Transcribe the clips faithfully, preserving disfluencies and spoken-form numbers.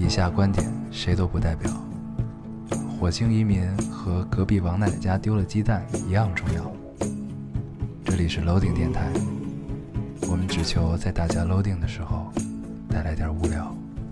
以下观点谁都不代表。火星移民和隔壁王奶奶家丢了鸡蛋一样重要。这里是 Loading 电台，我们只求在大家 Loading 的时候带来点无聊。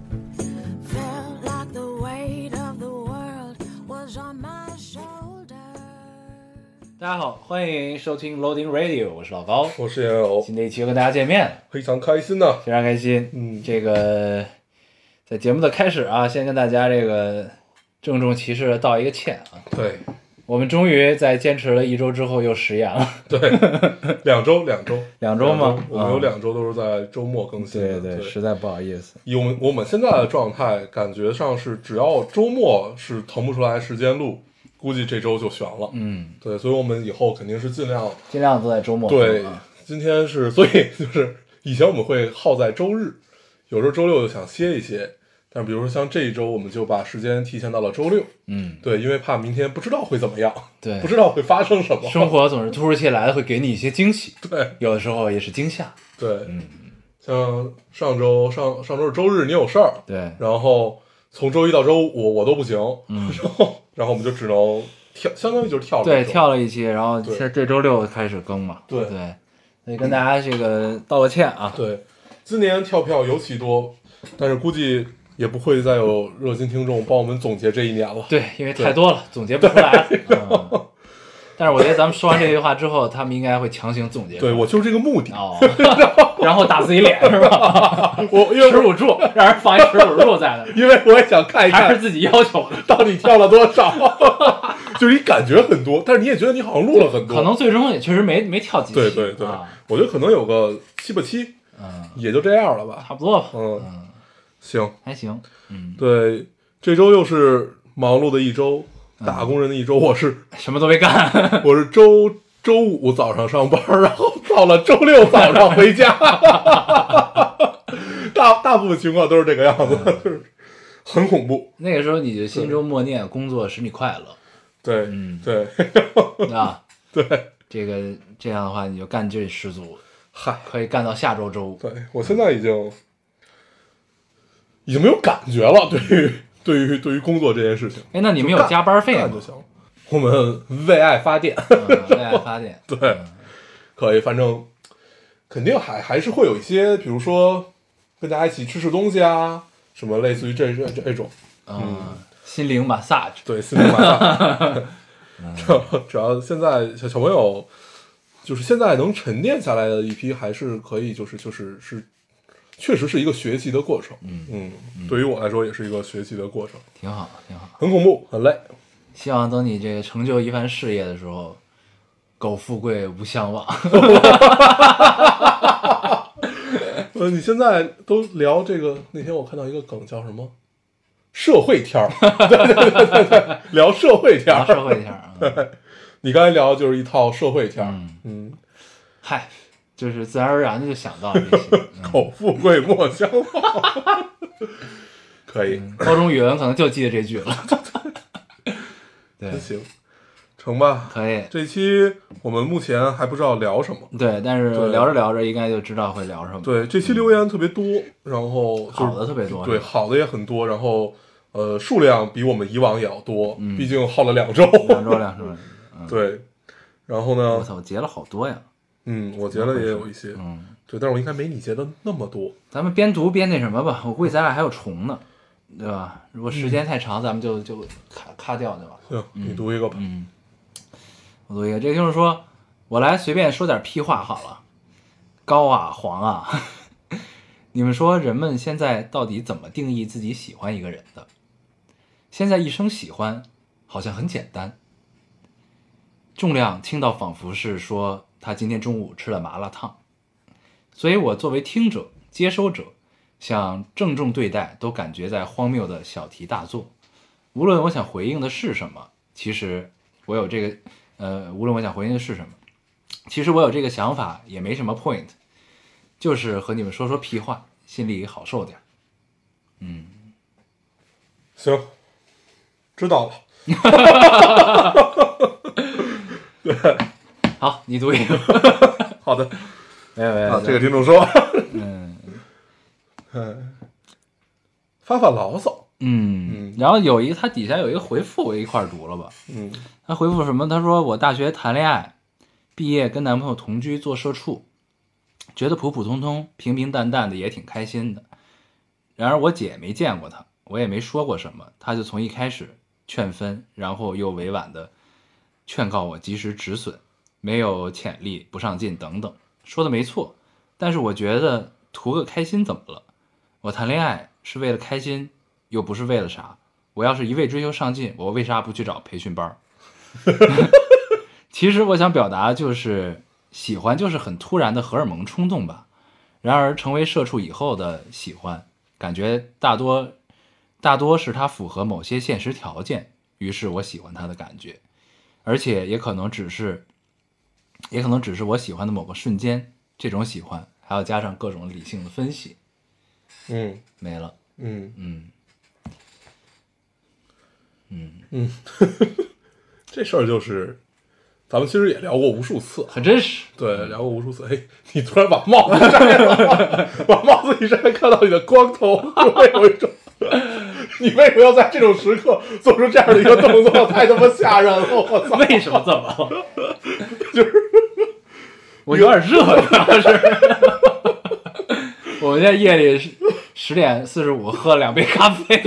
大家好，欢迎收听 Loading Radio， 我是老高， 我是严友， 新的一期又跟大家见面了， 非常开心呢、啊， 非常开心。 嗯， 这个在节目的开始啊，先跟大家这个郑重其事的道一个歉啊。 对， 我们终于在坚持了一周之后又实验了。 对，两周，两周， 两周吗？ 我们有两周都是在周末更新的。 对 对, 对，实在不好意思。 以我们我们现在的状态，感觉上是只要周末是腾不出来时间录，估计这周就悬了。 嗯， 对，所以我们以后肯定是尽量尽量都在周末。 对，今天是，所以就是以前我们会耗在周日，有时候周六就想歇一歇。但比如说像这一周，我们就把时间提前到了周六。 嗯， 对，因为怕明天不知道会怎么样， 对， 不知道会发生什么。 生活总是突如其来的，会给你一些惊喜。 对， 有的时候也是惊吓。 对， 嗯， 像上周上上周是周日你有事儿， 对， 然后从周一到周五我都不行， 嗯， 然后然后我们就只能跳，相当于就是跳了对，跳了一期，然后现在这周六开始更嘛。 对对，所以跟大家这个道个歉啊。 对，今年跳票尤其多，但是估计也不会再有热心听众帮我们总结这一年了。 对，因为太多了，总结不出来。嗯，但是我觉得咱们说完这句话之后，他们应该会强行总结。 对，我就是这个目的。 哦，然后打自己脸是吧？ 我因为耻辱柱，让人放一耻辱柱在那， 因为我也想看一看， 还是自己要求的， 到底跳了多少。就是你感觉很多，但是你也觉得你好像录了很多， 可能最终也确实没没跳几期。 对对对、啊，我觉得可能有个七八期， 嗯， 也就这样了吧， 差不多吧。 嗯， 嗯行， 还行。嗯， 对，这周又是忙碌的一周，打工人的一周。我是什么都没干， 我是周周五早上上班，然后到了周六早上回家。大大部分情况都是这个样子，嗯、就是很恐怖。 那个时候你就心中默念工作使你快乐。 对， 嗯， 对， 啊， 对， 这个这样的话你就干劲十足， 嗨， 可以干到下周周五。 对，我现在已经已经没有感觉了，对于对于对于工作这件事情。 哎，那你们有加班费吗？ 就行了，我们为爱发电， 嗯、为爱发电， 对、 嗯， 可以，反正肯定还还是会有一些，比如说跟大家一起吃吃东西啊，什么类似于这这这种， 嗯。嗯，心灵 massage， 对，心灵 massage。主要主要现在小小朋友，就是现在能沉淀下来的一批，还是可以，就是就是是，确实是一个学习的过程。嗯嗯，对于我来说也是一个学习的过程， 挺好挺好， 很恐怖，很累。 希望等你这个成就一番事业的时候，苟富贵无相忘。 呃，你现在都聊这个，那天我看到一个梗叫什么？社会天儿，对对对对对，聊社会天儿， 社会天儿。 对，你刚才聊的就是一套社会天儿， 嗯嗯， 嗨，就是自然而然的就想到这些， 苟富贵莫相忘，可以、 嗯。高中语文可能就记得这句了。对， 行，成吧， 可以。 这期我们目前还不知道聊什么， 对，但是聊着聊着应该就知道会聊什么。 对，这期留言特别多，然后、就是、 好的特别多， 对，好的也很多，然后。呃，数量比我们以往也要多， 嗯、 毕竟耗了两周， 两周两周、 嗯。对，然后呢？ 我操，我截了好多呀！ 嗯，我截了也有一些， 嗯， 对，但是我应该没你截的那么多。 咱们边读边那什么吧，我估计咱俩还有重呢，对吧？如果时间太长，嗯、咱们就就卡卡掉，对吧？ 行，你读一个吧。 嗯，我读一个，这个就是说，我来随便说点屁话好了。高啊，黄啊，你们说人们现在到底怎么定义自己喜欢一个人的？现在一声喜欢好像很简单，重量轻到仿佛是说他今天中午吃了麻辣烫，所以我作为听者接收者想郑重对待都感觉在荒谬的小题大做。无论我想回应的是什么，其实我有这个呃，无论我想回应的是什么，其实我有这个想法也没什么 point， 就是和你们说说屁话，心里好受点。嗯， 行。知道了，对， 好，你读一个。 好的， 没有没有， 啊，这个听众说， 嗯， 嗯，发发牢骚， 嗯，然后有一他底下有一个回复，我一块儿读了吧。 嗯， 他回复什么？他说我大学谈恋爱，毕业跟男朋友同居做社畜，觉得普普通通、平平淡淡的也挺开心的。然而我姐没见过他，我也没说过什么，他就从一开始劝分，然后又委婉的劝告我及时止损，没有潜力、不上进等等，说的没错。但是我觉得图个开心怎么了？我谈恋爱是为了开心，又不是为了啥。我要是一味追求上进，我为啥不去找培训班？其实我想表达就是喜欢就是很突然的荷尔蒙冲动吧。然而成为社畜以后的喜欢，感觉大多大多是他符合某些现实条件，于是我喜欢他的感觉，而且也可能只是也可能只是我喜欢的某个瞬间，这种喜欢还要加上各种理性的分析。 嗯， 没了。 嗯嗯嗯嗯，这事儿就是咱们其实也聊过无数次， 很真实。 对，聊过无数次。哎，你突然把帽子摘了，把帽子一摘，看到你的光头，就会有一种，你为什么要在这种时刻做出这样的一个动作？太他妈吓人了！我操！ 为什么这么了？ 就是我有点热，主要是我们现在夜里十十点四十五喝了两杯咖啡。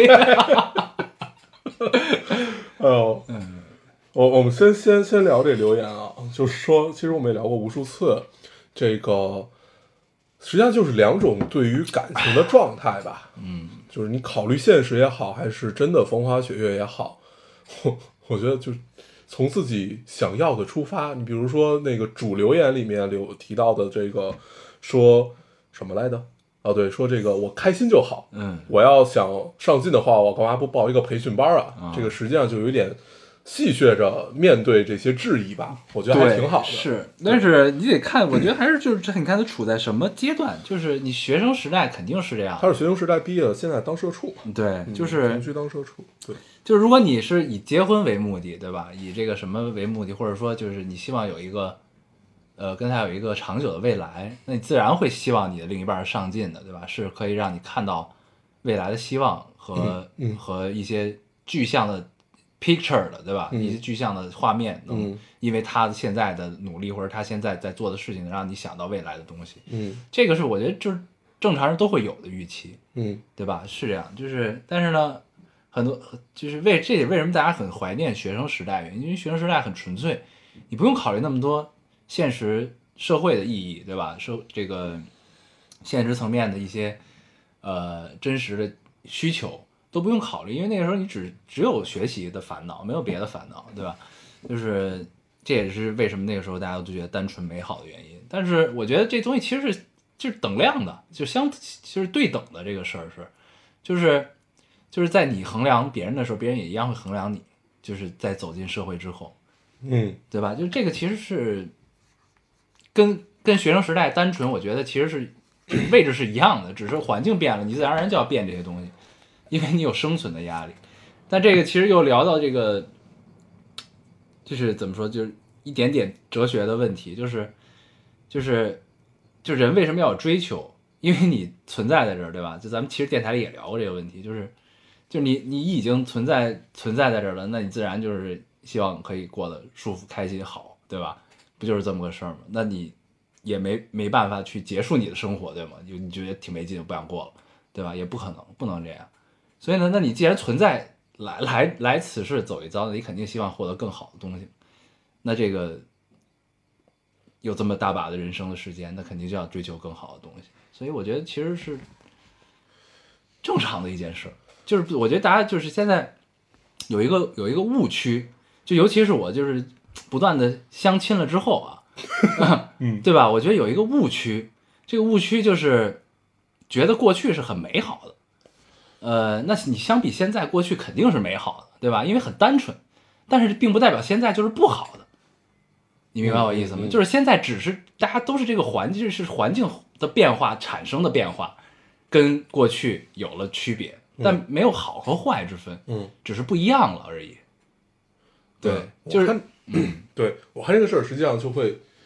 哎呦，嗯，我我们先先先聊这留言啊，就是说，其实我们也聊过无数次，这个实际上就是两种对于感情的状态吧，嗯，就是你考虑现实也好，还是真的风花雪月也好，我我觉得就从自己想要的出发。你比如说那个主留言里面有提到的这个说什么来着？哦，对，说这个我开心就好， 嗯， 我要想上进的话，我干嘛不报一个培训班啊？ 嗯、 这个实际上就有一点戏谑着面对这些质疑吧，我觉得还挺好的。 是，但是你得看，我觉得还是就是这，你看他处在什么阶段？就是你学生时代肯定是这样， 他是学生时代毕业了，现在当社畜， 对，就是同居当社畜，对， 就是如果你是以结婚为目的，对吧？以这个什么为目的，或者说就是你希望有一个。呃，跟他有一个长久的未来，那你自然会希望你的另一半是上进的，对吧？是可以让你看到未来的希望和、 嗯嗯、 和一些具象的 picture 的，对吧？ 嗯、 一些具象的画面，能、 嗯、 因为他现在的努力或者他现在在做的事情，能让你想到未来的东西。 嗯， 这个是我觉得就是正常人都会有的预期， 嗯， 对吧？是这样，就是但是呢，很多就是为这也为什么大家很怀念学生时代，原因因为学生时代很纯粹，你不用考虑那么多。现实社会的意义，对吧？社这个现实层面的一些呃真实的需求都不用考虑，因为那个时候你只只有学习的烦恼，没有别的烦恼，对吧？就是这也是为什么那个时候大家都觉得单纯美好的原因。但是我觉得这东西其实是就是等量的，就相就是对等的这个事儿是，就是就是在你衡量别人的时候，别人也一样会衡量你，就是在走进社会之后， 嗯， 对吧？就这个其实是。跟跟学生时代单纯，我觉得其实是位置是一样的，只是环境变了，你自然而然就要变这些东西，因为你有生存的压力。但这个其实又聊到这个，就是怎么说，就是一点点哲学的问题，就是就是就人为什么要有追求？因为你存在在这儿，对吧？就咱们其实电台里也聊过这个问题，就是就是你你已经存在存在在这儿了，那你自然就是希望可以过得舒服、开心、好，对吧？不就是这么个事儿吗？那你也没没办法去结束你的生活，对吗？就你觉得挺没劲，不想过了，对吧？也不可能，不能这样。所以呢，那你既然存在，来来来此世走一遭，你肯定希望获得更好的东西。那这个有这么大把的人生的时间，那肯定就要追求更好的东西。所以我觉得其实是正常的一件事。就是我觉得大家就是现在有一个有一个误区，就尤其是我就是不断的相亲了之后啊，嗯，对吧？我觉得有一个误区，这个误区就是觉得过去是很美好的，呃，那你相比现在，过去肯定是美好的，对吧？因为很单纯，但是并不代表现在就是不好的，你明白我意思吗？嗯嗯、就是现在只是大家都是这个环境是环境的变化产生的变化，跟过去有了区别，但没有好和坏之分， 嗯， 只是不一样了而已。对，就是。 嗯，对我看这个事儿，实际上就会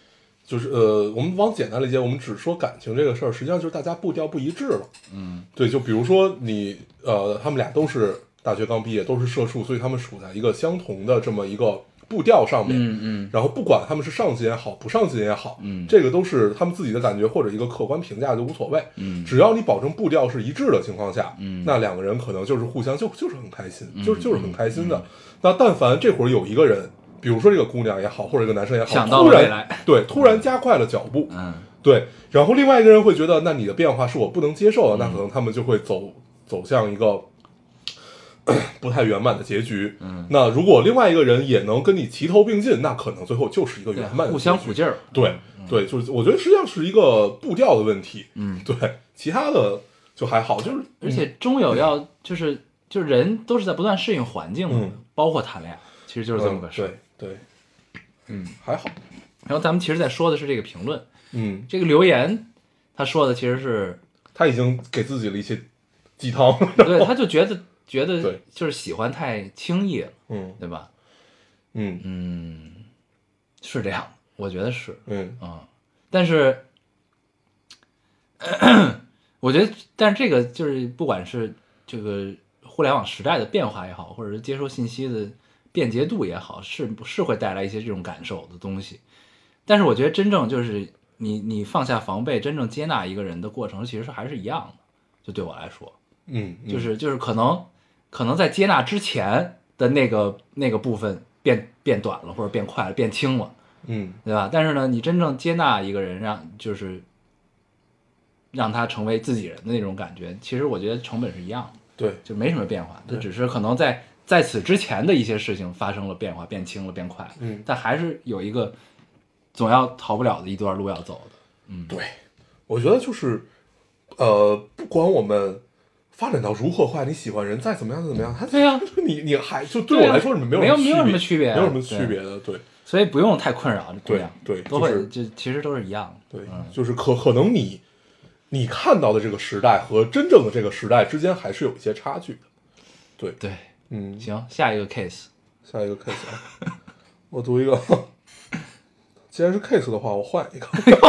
就是呃，我们往简单理解，我们只说感情这个事儿，实际上就是大家步调不一致了。 嗯， 对，就比如说你呃，他们俩都是大学刚毕业，都是社畜，所以他们处在一个相同的这么一个步调上面。 嗯嗯， 然后不管他们是上进也好，不上进也好， 嗯， 这个都是他们自己的感觉或者一个客观评价就无所谓。 嗯， 只要你保证步调是一致的情况下， 嗯， 那两个人可能就是互相就就是很开心， 嗯、 就是就是很开心的。嗯、那但凡这会儿有一个人，比如说这个姑娘也好，或者这个男生也好， 想到了未来， 对，突然加快了脚步， 嗯， 对，然后另外一个人会觉得，那你的变化是我不能接受的，嗯、那可能他们就会走走向一个不太圆满的结局。 嗯， 那如果另外一个人也能跟你齐头并进，那可能最后就是一个圆满的结局， 互相鼓劲儿。 对、嗯、对，就是我觉得实际上是一个步调的问题。 嗯， 对，其他的就还好，就是而且终有要就是就是人都是在不断适应环境的， 嗯、 包括谈恋爱，其实就是这么个事。 嗯、对对， 嗯， 还好。 然后咱们其实在说的是这个评论， 嗯， 这个留言他说的其实是他已经给自己了一些鸡汤， 对，他就觉得觉得就是喜欢太轻易了， 嗯， 对吧？ 嗯嗯，是这样，我觉得是， 嗯啊、嗯，但是我觉得，但是这个就是不管是这个互联网时代的变化也好，或者是接收信息的便捷度也好，是是会带来一些这种感受的东西。但是我觉得真正就是你你放下防备，真正接纳一个人的过程，其实还是一样的。就对我来说， 嗯，嗯就是就是可能可能在接纳之前的那个那个部分变变短了，或者变快了，变轻了， 嗯， 对吧？但是呢，你真正接纳一个人，让就是让他成为自己人的那种感觉，其实我觉得成本是一样的， 对， 就没什么变化，它只是可能在在此之前的一些事情发生了变化，变轻了，变快了， 嗯， 但还是有一个总要逃不了的一段路要走的。嗯， 对，我觉得就是呃，不管我们发展到如何坏，你喜欢人再怎么样怎么样，他对呀、啊， 你你还就对我来说，你没有没有没有什么区别， 没有什么区别的，对， 所以不用太困扰， 对对， 都会就是就其实都是一样的， 对， 嗯、 就是可可能你你看到的这个时代和真正的这个时代之间还是有一些差距的，对对， 嗯， 行，下一个 case， 下一个 case 啊，我读一个。既然是 case 的话，我换一个，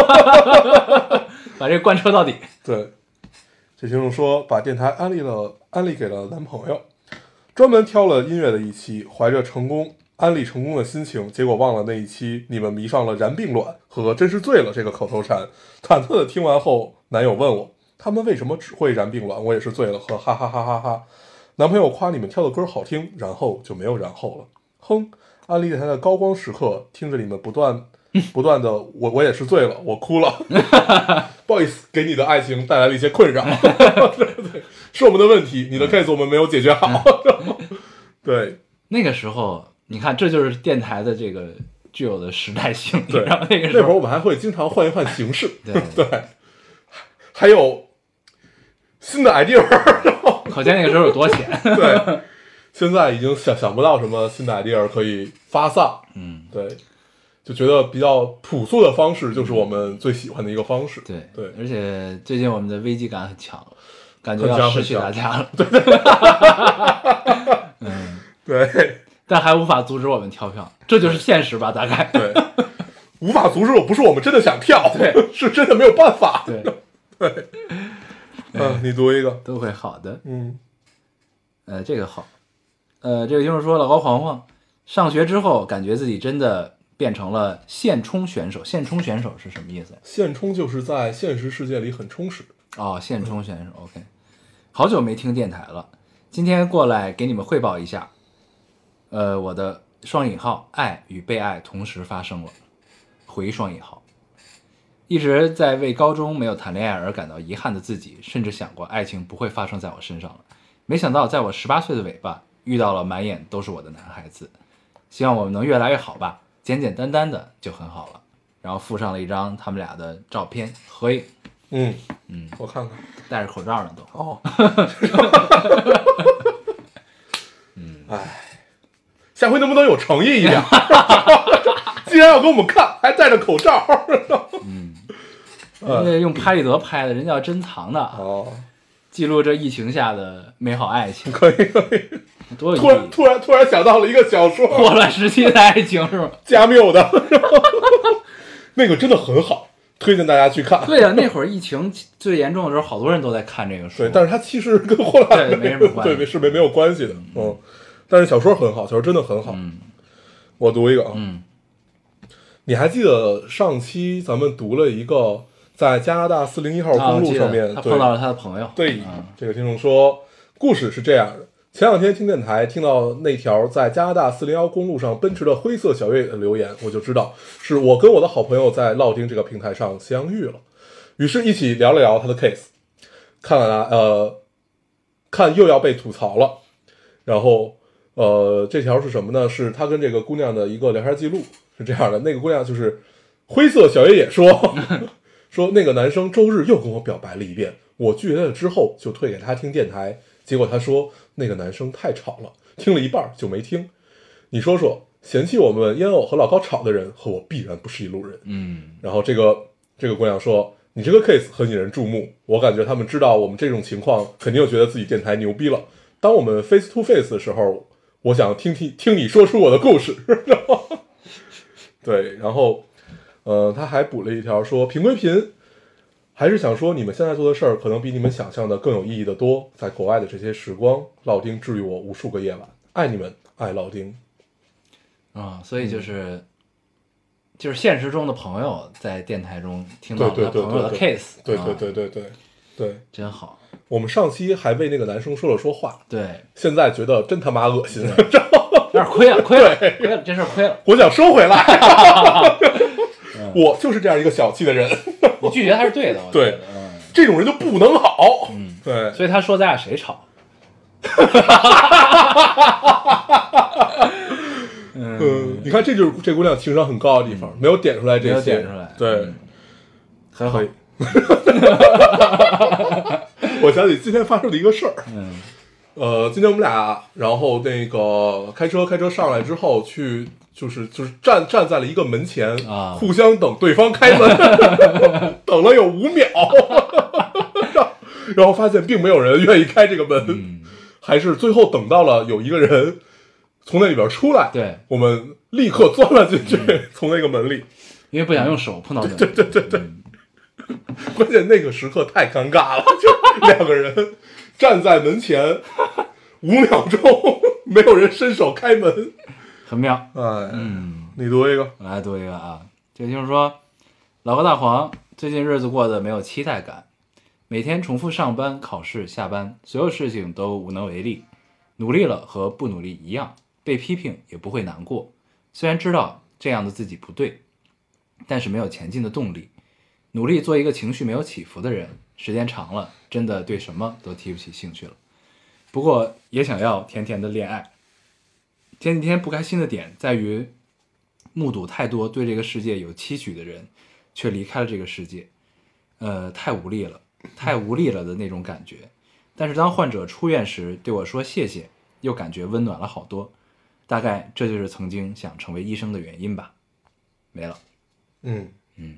把这个贯彻到底。 对，这听众说把电台安利了，安利给了男朋友，专门挑了音乐的一期，怀着成功安利成功的心情，结果忘了那一期你们迷上了燃并卵和真是醉了这个口头禅。忐忑的听完后，男友问我他们为什么只会燃并卵，我也是醉了和哈哈哈哈哈。男朋友夸你们挑的歌好听，然后就没有然后了。哼，安利电台的高光时刻，听着你们不断。不断的，我我也是醉了，我哭了，不好意思，给你的爱情带来了一些困扰，对对，是我们的问题，你的 case 我们没有解决好，对， 那个时候你看，这就是电台的这个具有的时代性， 对， 然后那个时候那会儿我们还会经常换一换形式， 对对，还有新的 idea， 可见那个时候有多闲， 对，现在已经想想不到什么新的 idea 可以发散， 嗯， 对。就觉得比较朴素的方式就是我们最喜欢的一个方式。 对对， 而且最近我们的危机感很强，感觉要失去大家了。 对， 嗯， 对， 但还无法阻止我们跳票，这就是现实吧？大概对，无法阻止我，不是我们真的想跳， 对， 是真的没有办法。 对， 对，嗯，你读一个， 都会好的。 嗯， 呃，这个好，呃，这个听众说老高黄黄上学之后，感觉自己真的。变成了现充选手，现充选手是什么意思？ 现充就是在现实世界里很充实哦，现充选手、嗯、OK。好久没听电台了，今天过来给你们汇报一下，呃，我的双引号爱与被爱同时发生了，回双引号。一直在为高中没有谈恋爱而感到遗憾的自己，甚至想过爱情不会发生在我身上了。没想到在我十八岁的尾巴，遇到了满眼都是我的男孩子。希望我们能越来越好吧。简简单单的就很好了，然后附上了一张他们俩的照片合影。 嗯嗯， 我看看， 戴着口罩呢都。 哦， 嗯， 哎，下回能不能有诚意一点？既然要给我们看，还戴着口罩。 嗯，人家用拍立得拍的，人家要珍藏的哦， 记录这疫情下的美好爱情。 可以可以。 多有突然突然突然想到了一个小说， 霍乱时期的爱情是吗？ 加缪的， 那个真的很好，推荐大家去看。 对呀、啊，那会儿疫情最严重的时候，好多人都在看这个书。 对，但是它其实跟霍乱对没什么关系， 对是没没有关系的。嗯，但是小说很好，小说真的很好。 嗯， 我读一个啊。 嗯， 你还记得上期咱们读了一个在加拿大四零一号公路上面， 啊、他碰到了他的朋友。 对， 嗯、 这个听众说，故事是这样的。前两天听电台听到那条在加拿大四零一公路上奔驰的灰色小越野的留言，我就知道是我跟我的好朋友在烙丁这个平台上相遇了，于是一起聊了聊他的 case， 看了呃，看又要被吐槽了，然后呃，这条是什么呢？是他跟这个姑娘的一个聊天记录，是这样的，那个姑娘就是灰色小越野说说那个男生周日又跟我表白了一遍，我拒绝了之后就退给他听电台，结果他说那个男生太吵了，听了一半就没听。你说说，嫌弃我们烟偶和老高吵的人和我必然不是一路人。 嗯， 然后这个这个姑娘说，你这个 case 很引人注目，我感觉他们知道我们这种情况，肯定就觉得自己电台牛逼了。当我们 face to face 的时候，我想听听听你说出我的故事。对，然后呃，他还补了一条说，评归评，还是想说你们现在做的事儿可能比你们想象的更有意义的多。在国外的这些时光，烙丁治愈我无数个夜晚，爱你们，爱烙丁。 啊、嗯，所以就是、嗯、就是现实中的朋友在电台中听到他朋友的 case， 对对对对对对对， 真好。 我们上期还为那个男生说了说话， 对， 现在觉得真他妈恶心，有点亏了，亏了，亏了，这事儿亏了， 我想收回来。我就是这样一个小气的人， 你拒绝他是对的， 对、 嗯， 这种人就不能好， 嗯， 对， 所以他说咱俩谁吵？ 嗯，你看，这就是这姑娘情商很高的地方，嗯、没有点出来这些， 没有点出来， 对， 嗯、很好。 我想起今天发生的一个事儿， 嗯， 呃，今天我们俩，然后那个开车开车上来之后，去就是就是站站在了一个门前啊， 互相等对方开门，等了有五秒，然后发现并没有人愿意开这个门， 嗯、 还是最后等到了有一个人从那里边出来， 对， 我们立刻钻了进去，嗯、从那个门里， 因为不想用手碰到门， 对对对对对。嗯关键那个时刻太尴尬了，就两个人站在门前五秒钟，没有人伸手开门， 很妙。 哎， 嗯， 你读一个， 我来读一个啊。这就是说，老高大黄最近日子过得没有期待感，每天重复上班、考试、下班，所有事情都无能为力。努力了和不努力一样，被批评也不会难过。虽然知道这样的自己不对，但是没有前进的动力。努力做一个情绪没有起伏的人，时间长了，真的对什么都提不起兴趣了。不过也想要甜甜的恋爱。前几天不开心的点在于，目睹太多对这个世界有期许的人，却离开了这个世界，呃，太无力了，太无力了的那种感觉。但是当患者出院时对我说谢谢，又感觉温暖了好多。大概这就是曾经想成为医生的原因吧。没了。 嗯嗯。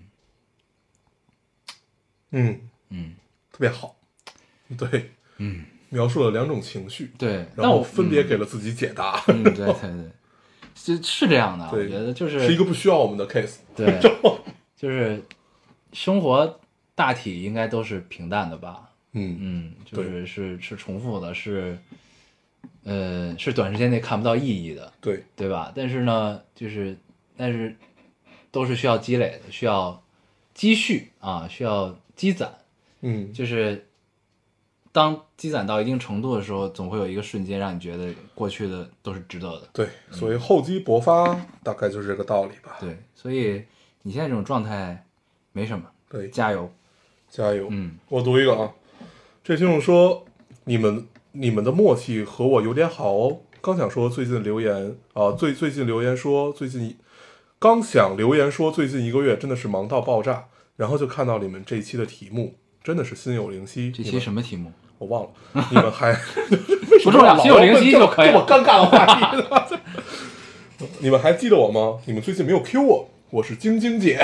嗯嗯， 特别好，对， 嗯， 描述了两种情绪， 对， 然后分别给了自己解答， 嗯，对对对，是是这样的，我觉得就是是一个不需要我们的 case， 对，就是生活大体应该都是平淡的吧， 嗯嗯，就是是是重复的，是呃是短时间内看不到意义的， 对对吧？但是呢，就是但是都是需要积累的，需要积蓄啊，需要积攒， 嗯， 就是当积攒到一定程度的时候，总会有一个瞬间让你觉得过去的都是值得的。 对，所以厚积薄发，大概就是这个道理吧。 对，所以你现在这种状态没什么， 对， 加油， 加油。 嗯， 我读一个啊，这听众说你们你们的默契和我有点好哦。刚想说最近留言啊，最最近留言说最近。刚想留言说最近一个月真的是忙到爆炸，然后就看到你们这一期的题目，真的是心有灵犀。 这期什么题目？ 我忘了。你们还不重要，心有灵犀就可以了。 这么尴尬的话题，你们还记得我吗？你们最近没有 Q 我，我是晶晶姐。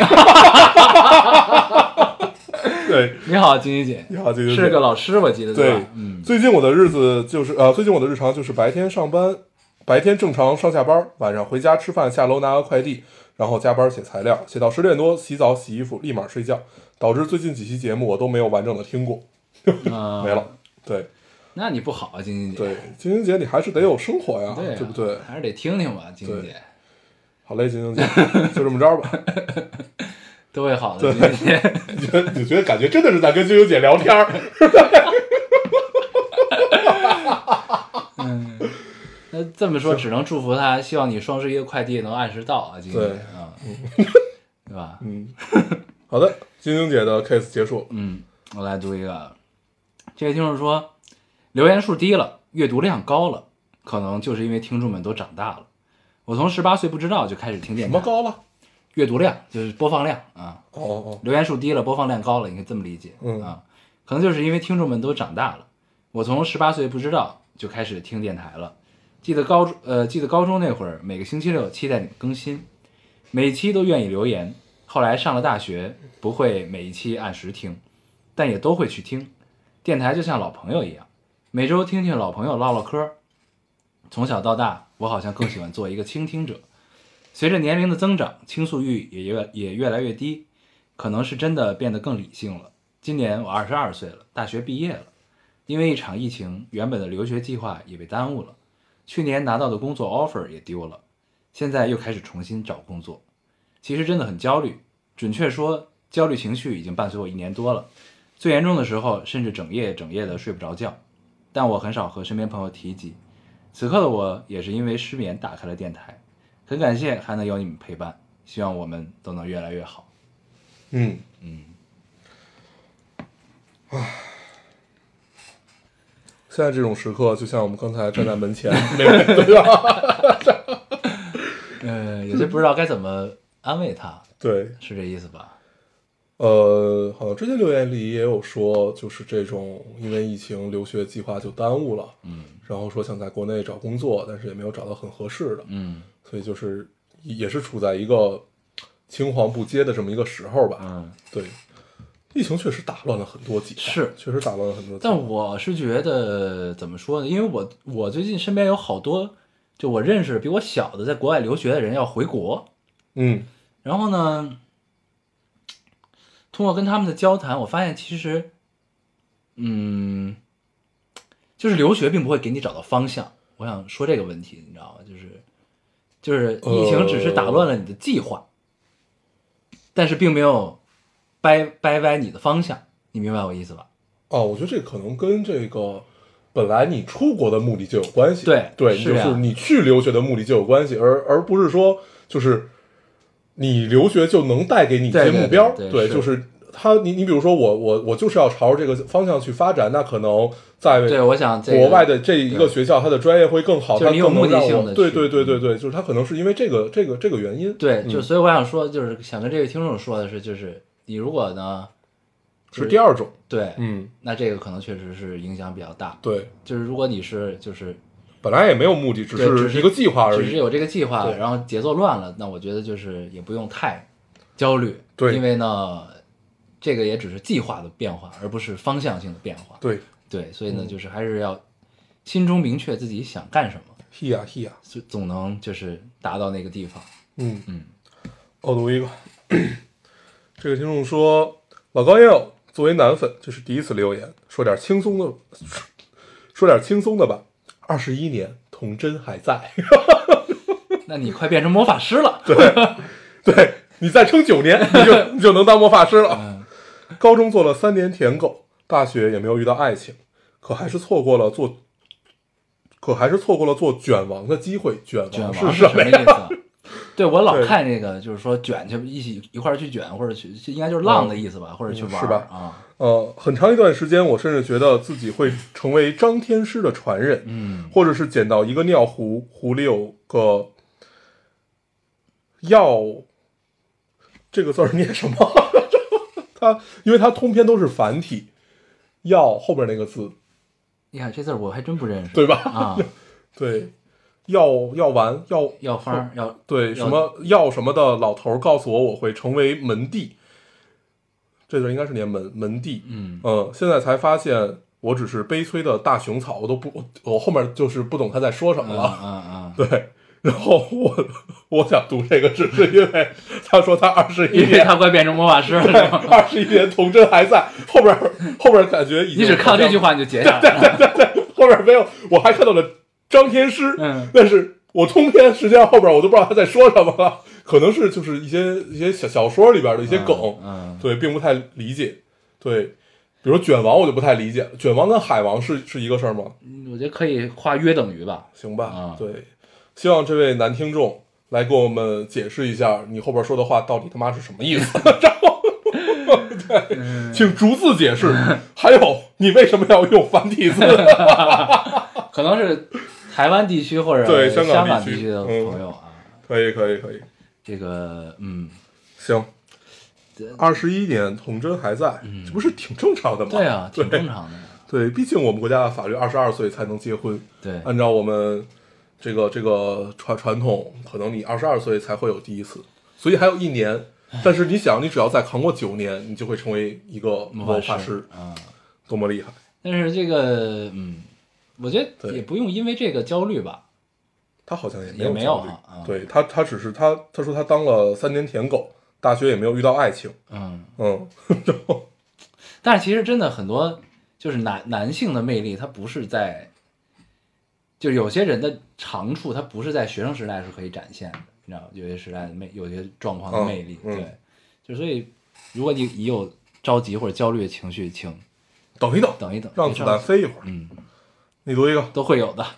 对， 你好，晶晶姐。 你好，晶晶姐是个老师，我记得对吧？嗯， 最近我的日子就是呃，最近我的日常就是白天上班。 白天正常上下班，晚上回家吃饭，下楼拿个快递，然后加班写材料，写到十点多洗澡洗衣服，立马睡觉，导致最近几期节目我都没有完整的听过， 呃、 没了。对， 那你不好啊，晶晶姐。 对，晶晶姐你还是得有生活呀， 对、啊， 对不对？ 还是得听听吧，晶晶姐。 好嘞，晶晶姐，就这么着吧。 都会好的，晶晶姐。 你觉得你觉得感觉真的是在跟晶晶姐聊天儿？ 嗯，那这么说只能祝福他，希望你双十一的快递能按时到啊，晶晶姐啊，嗯、对吧？ 嗯，好的，晶晶姐的 case 结束。 嗯，我来读一个，这位听众说，留言数低了，阅读量高了，可能就是因为听众们都长大了。我从十八岁不知道就开始听电台， 什么高了？ 阅读量就是播放量啊。 哦哦， 留言数低了，播放量高了，你可以这么理解。 嗯啊，可能就是因为听众们都长大了。我从十八岁不知道就开始听电台了，记得高中呃记得高中那会儿，每个星期六期待你更新，每一期都愿意留言。后来上了大学，不会每一期按时听，但也都会去听。电台就像老朋友一样，每周听听老朋友唠唠嗑。从小到大，我好像更喜欢做一个倾听者。随着年龄的增长，倾诉欲也越也越来越低，可能是真的变得更理性了。今年我二十二岁了，大学毕业了，因为一场疫情，原本的留学计划也被耽误了，去年拿到的工作 offer 也丢了，现在又开始重新找工作。其实真的很焦虑，准确说，焦虑情绪已经伴随我一年多了，最严重的时候甚至整夜整夜的睡不着觉，但我很少和身边朋友提及。此刻的我也是因为失眠打开了电台，很感谢还能有你们陪伴，希望我们都能越来越好。 嗯嗯， 唉，现在这种时刻，就像我们刚才站在门前，没人对吧？ 呃，有些不知道该怎么安慰他， 对， 是这意思吧？ 呃，好像之前留言里也有说，就是这种因为疫情留学计划就耽误了， 嗯， 然后说想在国内找工作，但是也没有找到很合适的， 嗯， 所以就是也是处在一个青黄不接的这么一个时候吧。 嗯， 对，疫情确实打乱了很多计划， 是确实打乱了很多计划。 但我是觉得怎么说呢？因为我我最近身边有好多，就我认识比我小的在国外留学的人要回国， 嗯， 然后呢，通过跟他们的交谈，我发现其实，嗯，就是留学并不会给你找到方向。我想说这个问题，你知道吗？就是就是疫情只是打乱了你的计划，呃、但是并没有掰掰歪你的方向，你明白我意思吧？ 哦，我觉得这可能跟这个本来你出国的目的就有关系。 对对， 是就是你去留学的目的就有关系，而而不是说就是你留学就能带给你一些目标。 对对对对是就是他，你你比如说我我我就是要朝着这个方向去发展，那可能在对，我想、这个、 国外的这一个学校，它的专业会更好， 就是你有目的性的。 对对对对对，就是他可能是因为这个这个这个原因。 对， 嗯、 就所以我想说，就是想跟这位听众说的是，就是你如果呢是第二种， 对， 嗯， 那这个可能确实是影响比较大。 对， 就是如果你是就是本来也没有目的，只是一个计划而已， 只是有这个计划，然后节奏乱了，那我觉得就是也不用太焦虑， 对， 因为呢，这个也只是计划的变化，而不是方向性的变化。 对对，所以呢，就是还是要心中明确自己想干什么， 嘿呀嘿呀， 总能就是达到那个地方。 嗯嗯， 我读一个，这个听众说，老高烟友作为男粉，这是第一次留言，说点轻松的，说点轻松的吧。二十一年，童真还在。 那你快变成魔法师了。 对，对你再撑九年，你就你就能当魔法师了。 嗯、 高中做了三年舔狗，大学也没有遇到爱情，可还是错过了做，可还是错过了做卷王的机会。卷王是什么意思？对，我老看那个，就是说卷去一起一块儿去卷，或者去应该就是浪的意思吧，嗯、或者去玩是吧？ 啊， 呃，很长一段时间，我甚至觉得自己会成为张天师的传人， 嗯， 或者是捡到一个尿壶，壶里有个药，这个字儿念什么？它因为它通篇都是繁体，药后边那个字， 你看这字我还真不认识， 对吧？ 啊， 对。药药丸药药方药对什么药什么的老头告诉我我会成为门第，这字应该是念门门第， 嗯嗯，现在才发现我只是悲催的大熊草，我都不我我后面就是不懂他在说什么了， 嗯嗯啊， 对，然后我我想读这个，只是因为他说他二十一因为年， 他快变成魔法师了，是吗？ 二十一年童真还在，后边后边感觉已经你只看到这句话你就截下来了。 后边没有，我还看到了张天师， 嗯， 但是我通篇实际上后边我都不知道他在说什么了，可能是就是一些一些小小说里边的一些梗， 嗯，嗯对，并不太理解，对，比如卷王我就不太理解了，卷王跟海王是是一个事儿吗？ 我觉得可以画约等于吧。 行吧， 啊对，希望这位男听众来给我们解释一下你后边说的话到底他妈是什么意思，然后对， 嗯请逐字解释，还有你为什么要用繁体字？ 可能是台湾地区或者对香香港地区地区的朋友啊。 可以可以可以， 这个嗯， 行，二十一年童真还在， 嗯这不是挺正常的吗？ 对啊，挺对正常的。 对，毕竟我们国家的法律二十二岁才能结婚， 对， 按照我们这个这个传传统，可能你二十二岁才会有第一次，所以还有一年。但是你想，你只要再扛过九年，你就会成为一个魔法师啊， 多么厉害！ 但是这个嗯，我觉得对也不用因为这个焦虑吧。 他好像也没也没有有焦虑哈啊对他，他只是他他说他当了三年舔狗，大学也没有遇到爱情， 嗯， 嗯， 但是其实真的很多就是男男性的魅力，他不是在，就有些人的长处，他不是在学生时代是可以展现的，你知道，有些时代的魅，有些状况的魅力， 嗯嗯对，就所以，如果你你有着急或者焦虑的情绪，请等一等， 等一等， 让子弹飞一会儿。 嗯， 你读一个， 都会有的。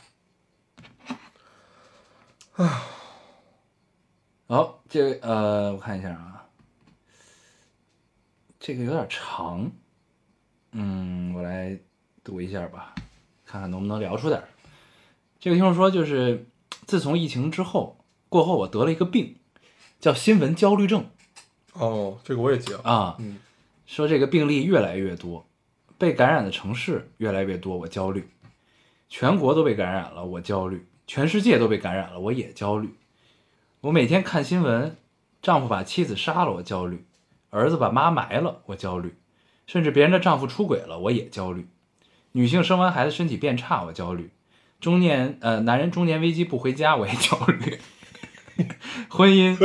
好，这个呃，我看一下啊，这个有点长，嗯，我来读一下吧，看看能不能聊出点儿。这个听众说，就是自从疫情之后过后，我得了一个病，叫新闻焦虑症哦，这个我也记了啊。 嗯， 说这个病例越来越多，被感染的城市越来越多，我焦虑。全国都被感染了，我焦虑；全世界都被感染了，我也焦虑。我每天看新闻，丈夫把妻子杀了，我焦虑；儿子把妈埋了，我焦虑；甚至别人的丈夫出轨了，我也焦虑。女性生完孩子身体变差，我焦虑；中年呃男人中年危机不回家，我也焦虑。婚姻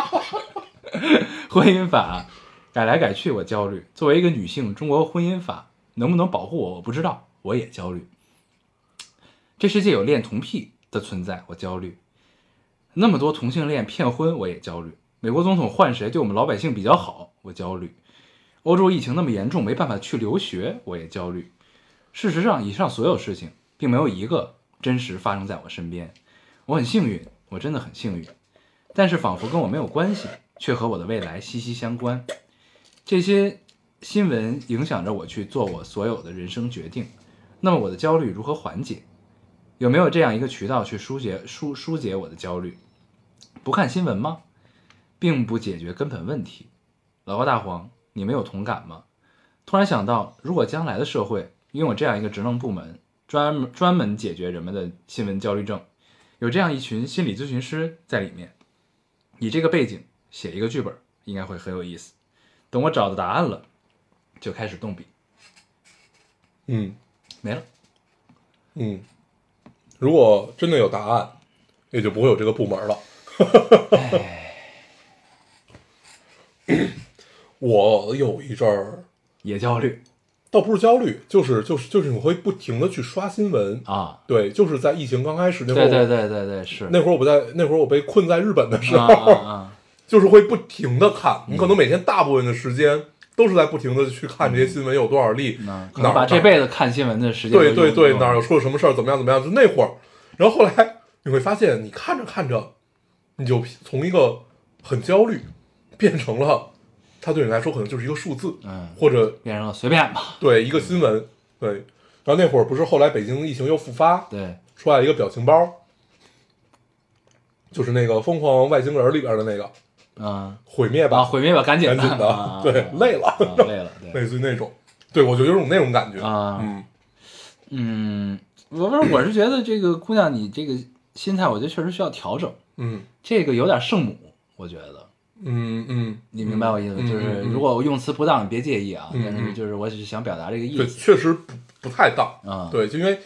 婚姻法改来改去，我焦虑。作为一个女性，中国婚姻法能不能保护我，我不知道，我也焦虑。这世界有恋童癖的存在，我焦虑。那么多同性恋骗婚，我也焦虑。美国总统换谁对我们老百姓比较好，我焦虑。欧洲疫情那么严重，没办法去留学，我也焦虑。事实上，以上所有事情并没有一个真实发生在我身边。我很幸运，我真的很幸运。但是仿佛跟我没有关系，却和我的未来息息相关。这些新闻影响着我去做我所有的人生决定。那么我的焦虑如何缓解？有没有这样一个渠道去疏解疏疏解我的焦虑？不看新闻吗？并不解决根本问题。老高大黄，你没有同感吗？突然想到，如果将来的社会拥有这样一个职能部门，专门专门解决人们的新闻焦虑症，有这样一群心理咨询师在里面，以这个背景写一个剧本，应该会很有意思。等我找到答案了，就开始动笔。 嗯， 没了。 嗯，如果真的有答案，也就不会有这个部门了。我有一阵儿也焦虑倒不是焦虑，就是就是就是你会不停的去刷新闻啊。 对，就是在疫情刚开始那会儿， 对对对对对，是那会儿我不在，那会儿我被困在日本的时候， 啊啊啊就是会不停的看，你可能每天大部分的时间都是在不停的去看这些新闻有多少例， 嗯、可能把这辈子看新闻的时间对对对，哪儿有出了什么事儿，怎么样怎么样，就那会儿，然后后来你会发现，你看着看着，你就从一个很焦虑变成了，它对你来说可能就是一个数字， 嗯， 或者变成了随便吧， 对一个新闻，对，然后那会儿不是后来北京疫情又复发， 对， 出来一个表情包，就是那个疯狂外星人里边的那个。 嗯， 毁灭吧， 啊，毁灭吧，赶紧赶紧的， 啊、 对，累了， 啊、累了，对， 类似于那种，对我就有种那种感觉啊， 嗯嗯，我不是，我是觉得这个姑娘你这个心态，我觉得确实需要调整， 嗯， 这个有点圣母，我觉得， 嗯嗯， 你明白我意思吗？ 嗯、 就是如果我用词不当，你别介意啊， 嗯、 但是就是我只是想表达这个意对， 思， 确实不不太当， 啊、 嗯，对，就因为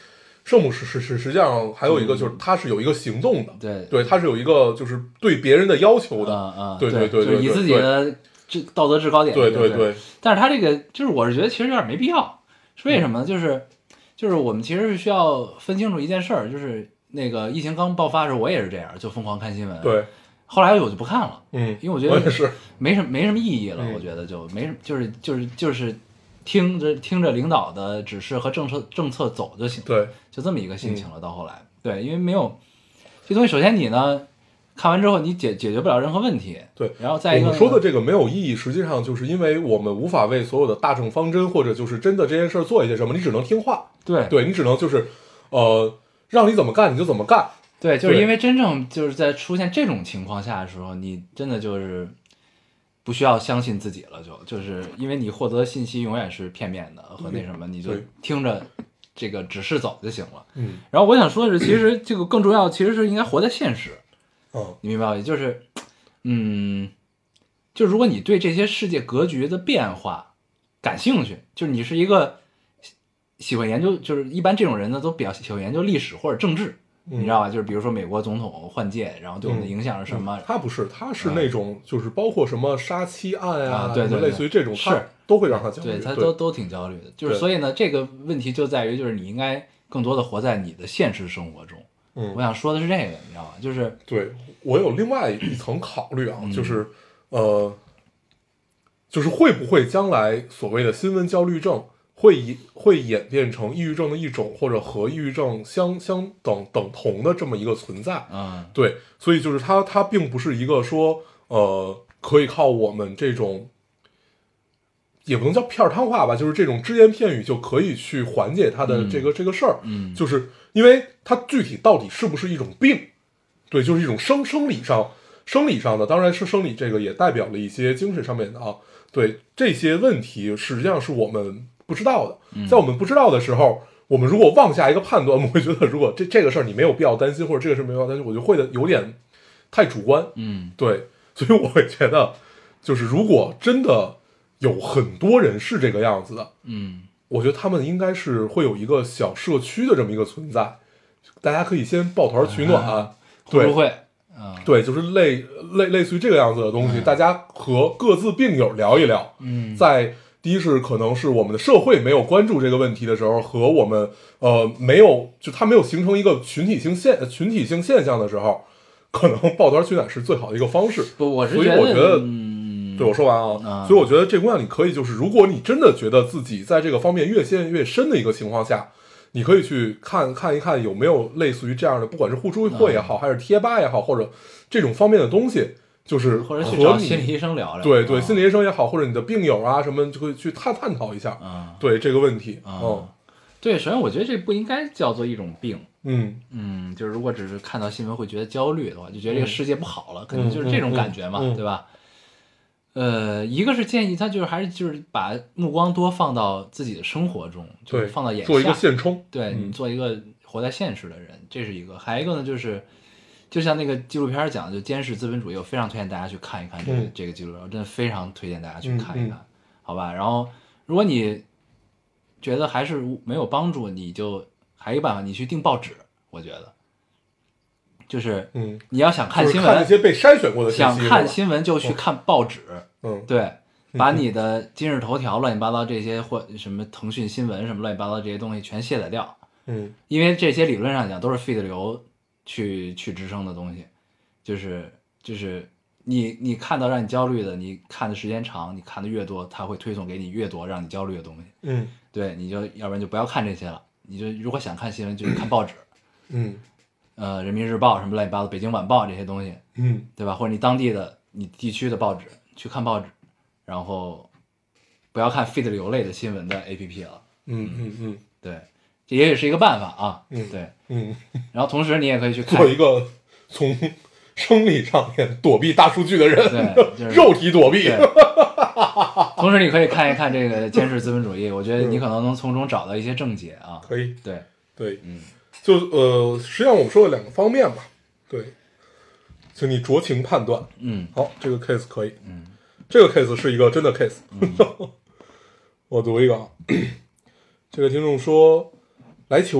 圣母实实实实际上还有一个就是它是有一个行动的， 对对，它是有一个就是对别人的要求的， 啊啊， 对对对对， 就是以自己的制道德制高点， 对对对对。 但是他这个就是我是觉得其实有点没必要，是为什么呢？就是就是我们其实是需要分清楚一件事儿，就是那个疫情刚爆发的时候，我也是这样，就疯狂看新闻。 对。 后来我就不看了， 嗯， 因为我觉得也是没什么没什么意义了， 嗯、 我觉得就没什么，就是就是就是听着听着领导的指示和政策政策走就行了， 对， 就这么一个心情了。嗯、到后来，对，因为没有这东西，首先你呢看完之后你解解决不了任何问题， 对， 然后再一个我们说的这个没有意义，实际上就是因为我们无法为所有的大政方针或者就是真的这件事儿做一些什么，你只能听话， 对， 对你只能就是呃让你怎么干你就怎么干。 对，就是因为真正就是在出现这种情况下的时候，你真的就是不需要相信自己了，就就是因为你获得的信息永远是片面的和那什么，你就听着这个指示走就行了。 嗯， 然后我想说的是，其实这个更重要，其实是应该活在现实。 嗯， 你明白吗？就是，嗯，就如果你对这些世界格局的变化感兴趣，就是你是一个喜欢研究，就是一般这种人呢都比较喜欢研究历史或者政治。你知道吧？就是比如说美国总统换届，然后对我们的影响是什么？ 嗯嗯、他不是，他是那种、嗯、就是包括什么杀妻案啊， 啊对对对， 类似于这种， 是都会让他焦虑， 对他都都挺焦虑的。就是所以呢，这个问题就在于，就是你应该更多的活在你的现实生活中。 嗯， 我想说的是这个，你知道吗？就是对我有另外一层考虑啊， 嗯、 就是呃，就是会不会将来所谓的新闻焦虑症？会以会演变成抑郁症的一种，或者和抑郁症相相等等同的这么一个存在。 嗯， 对，所以就是它它并不是一个说呃可以靠我们这种，也不能叫片儿汤话吧，就是这种只言片语就可以去缓解它的这个、嗯、这个事儿。 嗯， 就是因为它具体到底是不是一种病？对，就是一种生生理上生理上的，当然是生理这个也代表了一些精神上面的啊。对，这些问题实际上是我们不知道的，在我们不知道的时候，我们如果妄下一个判断，我们会觉得，如果这这个事儿你没有必要担心，或者这个事儿没有必要担心，我就会的有点太主观。 嗯， 对，所以我会觉得，就是如果真的有很多人是这个样子的， 嗯， 我觉得他们应该是会有一个小社区的这么一个存在，大家可以先抱团取暖， 啊、 对， 会， 嗯，对，就是类类类似于这个样子的东西，嗯、大家和各自病友聊一聊， 嗯， 在。第一是可能是我们的社会没有关注这个问题的时候，和我们呃没有就它没有形成一个群体性现群体性现象的时候，可能抱团取暖是最好的一个方式。 不，我是所以我觉得， 嗯、 对我说完啊、嗯，所以我觉得这姑娘你可以就是，如果你真的觉得自己在这个方面越陷越深的一个情况下，你可以去看看一看有没有类似于这样的，不管是互助会也好，嗯、还是贴吧也好，或者这种方面的东西。就是或者去找心理医生聊聊， 对对，心理医生也好，或者你的病友啊什么，就会去探探讨一下， 嗯， 对这个问题， 嗯，嗯对，首先我觉得这不应该叫做一种病， 嗯嗯，就是如果只是看到新闻会觉得焦虑的话，就觉得这个世界不好了，嗯、可能就是这种感觉嘛， 嗯嗯嗯、 对吧？呃，一个是建议他就是还是就是把目光多放到自己的生活中，就是放到眼下， 做一个现充， 对、嗯、你做一个活在现实的人，这是一个，还有一个呢就是。就像那个纪录片讲的，就监视资本主义，我非常推荐大家去看一看这个、嗯、这个纪录片，我真的非常推荐大家去看一看，嗯嗯、好吧？然后，如果你觉得还是没有帮助，你就还有一个办法，你去订报纸。我觉得，就是嗯， 你要想看新闻， 就是、看那些被筛选过的信息， 想看新闻就去看报纸。 嗯， 对，把你的今日头条、乱七八糟这些或什么腾讯新闻什么乱七八糟这些东西全卸载掉。 嗯， 因为这些理论上讲都是 feed 流。去去支撑的东西，就是就是你你看到让你焦虑的，你看的时间长，你看的越多，它会推送给你越多让你焦虑的东西。 嗯， 对，你就要不然就不要看这些了，你就如果想看新闻，就去看报纸。 嗯， 呃，人民日报什么乱七八糟，北京晚报这些东西， 嗯， 对吧？或者你当地的你地区的报纸，去看报纸，然后不要看 feed 流类的新闻的 A P P 了。 嗯嗯嗯， 对。这也是一个办法啊， 嗯， 对， 嗯， 然后同时你也可以去看做一个从生理上面躲避大数据的人， 对，就是、 肉体躲避。 同时你可以看一看这个监视资本主义，我觉得你可能能从中找到一些症结啊。 可以， 对对， 嗯， 就呃，实际上我们说了两个方面吧，对，请你酌情判断。 嗯， 好，这个 case 可以， 嗯， 这个 case 是一个真的 case，、 嗯、 我读一个啊，这个听众说。来求助，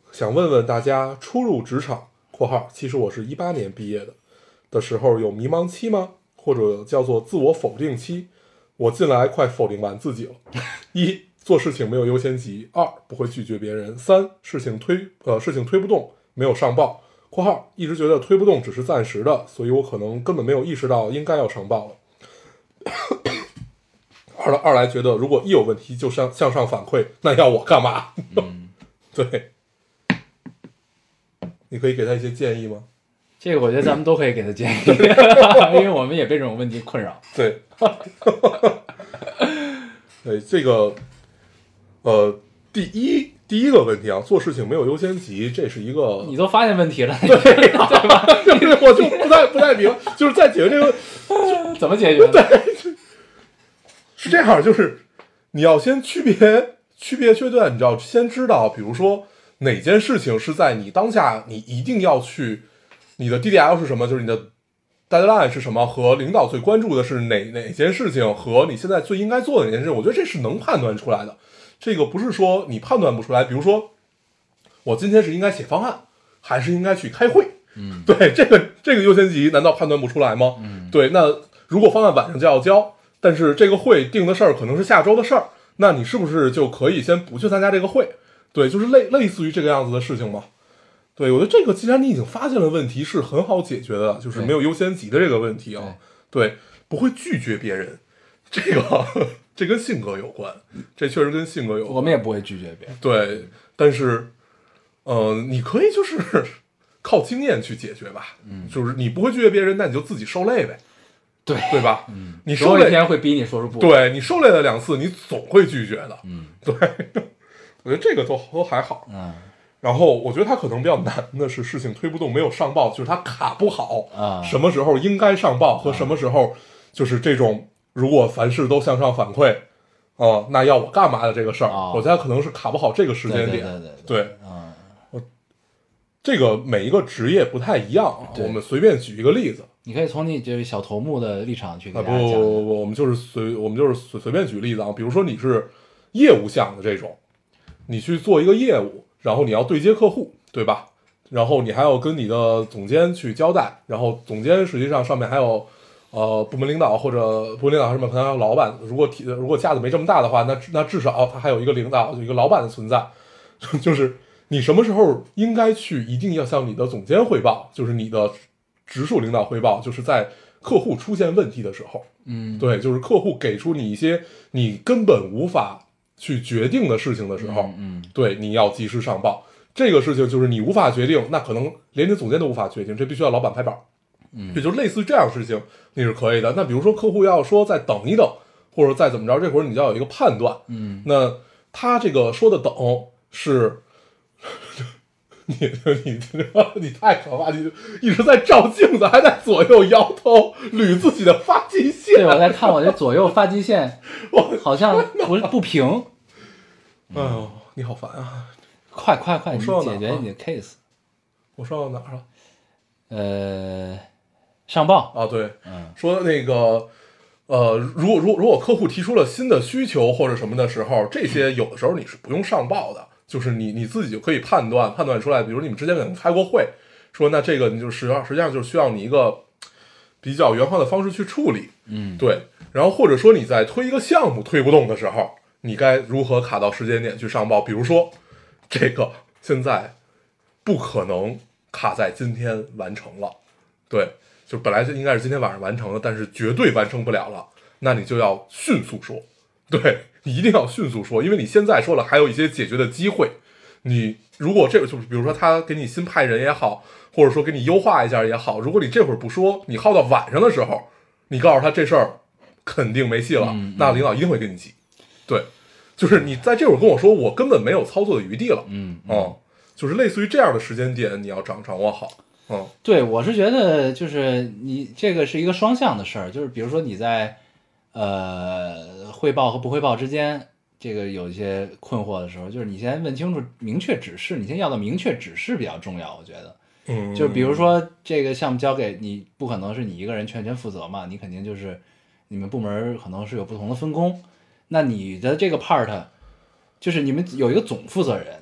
想问问大家，初入职场（括号其实我是一八年毕业的）的时候有迷茫期吗？或者叫做自我否定期？我近来快否定完自己了。一、做事情没有优先级；二、不会拒绝别人；三、事情推呃事情推不动，没有上报（括号一直觉得推不动只是暂时的，所以我可能根本没有意识到应该要上报了。二来二来觉得如果一有问题就向向上反馈，那要我干嘛？ 嗯， 对，你可以给他一些建议吗？ 这个我觉得咱们都可以给他建议，因为我们也被这种问题困扰。 对，对这个，呃，第一第一个问题啊，做事情没有优先级，这是一个你都发现问题了， 对对吧？就是我就不太不太明，就是在解决这个怎么解决？ 对，是这样，就是你要先区别区别阶段，你知道，先知道，比如说哪件事情是在你当下你一定要去，你的 D D L 是什么，就是你的 deadline 是什么，和领导最关注的是哪哪件事情，和你现在最应该做的哪件事情，我觉得这是能判断出来的。这个不是说你判断不出来，比如说我今天是应该写方案，还是应该去开会？ 嗯， 对，这个这个优先级难道判断不出来吗？ 嗯， 对，那如果方案晚上就要交，但是这个会定的事儿可能是下周的事儿，那你是不是就可以先不去参加这个会？对，就是类类似于这个样子的事情嘛。对，我觉得这个既然你已经发现了问题，是很好解决的，就是没有优先级的这个问题啊。对，不会拒绝别人，这个这跟性格有关，这确实跟性格有关。 我们也不会拒绝别人。 对，但是，呃，你可以就是靠经验去解决吧。嗯，就是你不会拒绝别人，那你就自己受累呗。 对， 对吧？ 嗯， 你受累总有一天会逼你说出不。 对，你受累了两次，你总会拒绝的。 嗯， 对，我觉得这个都都还好。 嗯， 然后我觉得他可能比较难的是事情推不动，没有上报，就是他卡不好啊， 什么时候应该上报和什么时候就是这种如果凡事都向上反馈啊、呃，那要我干嘛的这个事儿， 啊、 我觉得他可能是卡不好这个时间点。 对对对对， 对，嗯， 我这个每一个职业不太一样啊，我们随便举一个例子。 你可以从你这小头目的立场去给啊， 大家讲。 不不不，我们就是随我们就是随随便举例子啊，比如说你是业务项的这种，你去做一个业务，然后你要对接客户，对吧？然后你还要跟你的总监去交代，然后总监实际上上面还有呃部门领导或者部门领导上面可能还有老板，如果体如果架子没这么大的话，那那至少他还有一个领导，有一个老板的存在，就是你什么时候应该去，一定要向你的总监汇报，就是你的直属领导汇报，就是在客户出现问题的时候， 嗯， 对，就是客户给出你一些你根本无法去决定的事情的时候， 嗯，嗯对，你要及时上报。这个事情就是你无法决定，那可能连你总监都无法决定，这必须要老板拍板。 嗯， 也就类似于这样的事情，你是可以的。那比如说客户要说再等一等，或者再怎么着，这会儿你就要有一个判断。 嗯， 那他这个说的等是。你你你太可怕！你一直在照镜子，还在左右摇头捋自己的发际线。 对，我在看我这左右发际线，好像不不平。 哎呦，你好烦啊！ 快快快，你说到哪儿解决你的 case。 我说到哪儿了？ 呃，上报啊，对， 嗯， 说那个呃，如果如果如果客户提出了新的需求或者什么的时候，这些有的时候你是不用上报的。就是你你自己就可以判断判断出来，比如你们之前可能开过会，说那这个你就实实际上就是需要你一个比较圆滑的方式去处理， 嗯， 对。然后或者说你在推一个项目推不动的时候，你该如何卡到时间点去上报？比如说这个现在不可能卡在今天完成了，对，就本来就应该是今天晚上完成的，但是绝对完成不了了，那你就要迅速说，对。你一定要迅速说，因为你现在说了，还有一些解决的机会。你如果这个就是比如说他给你新派人也好，或者说给你优化一下也好，如果你这会儿不说，你耗到晚上的时候，你告诉他这事儿肯定没戏了， 嗯嗯、 那领导一定会跟你急。对，就是你在这会儿跟我说，我根本没有操作的余地了。 嗯， 嗯，嗯就是类似于这样的时间点，你要掌掌握好。嗯， 对，我是觉得就是你这个是一个双向的事儿，就是比如说你在。呃，汇报和不汇报之间，这个有一些困惑的时候，就是你先问清楚明确指示，你先要到明确指示比较重要，我觉得。 嗯， 就是比如说这个项目交给你，不可能是你一个人全权负责嘛，你肯定就是你们部门可能是有不同的分工，那你的这个 part 就是你们有一个总负责人，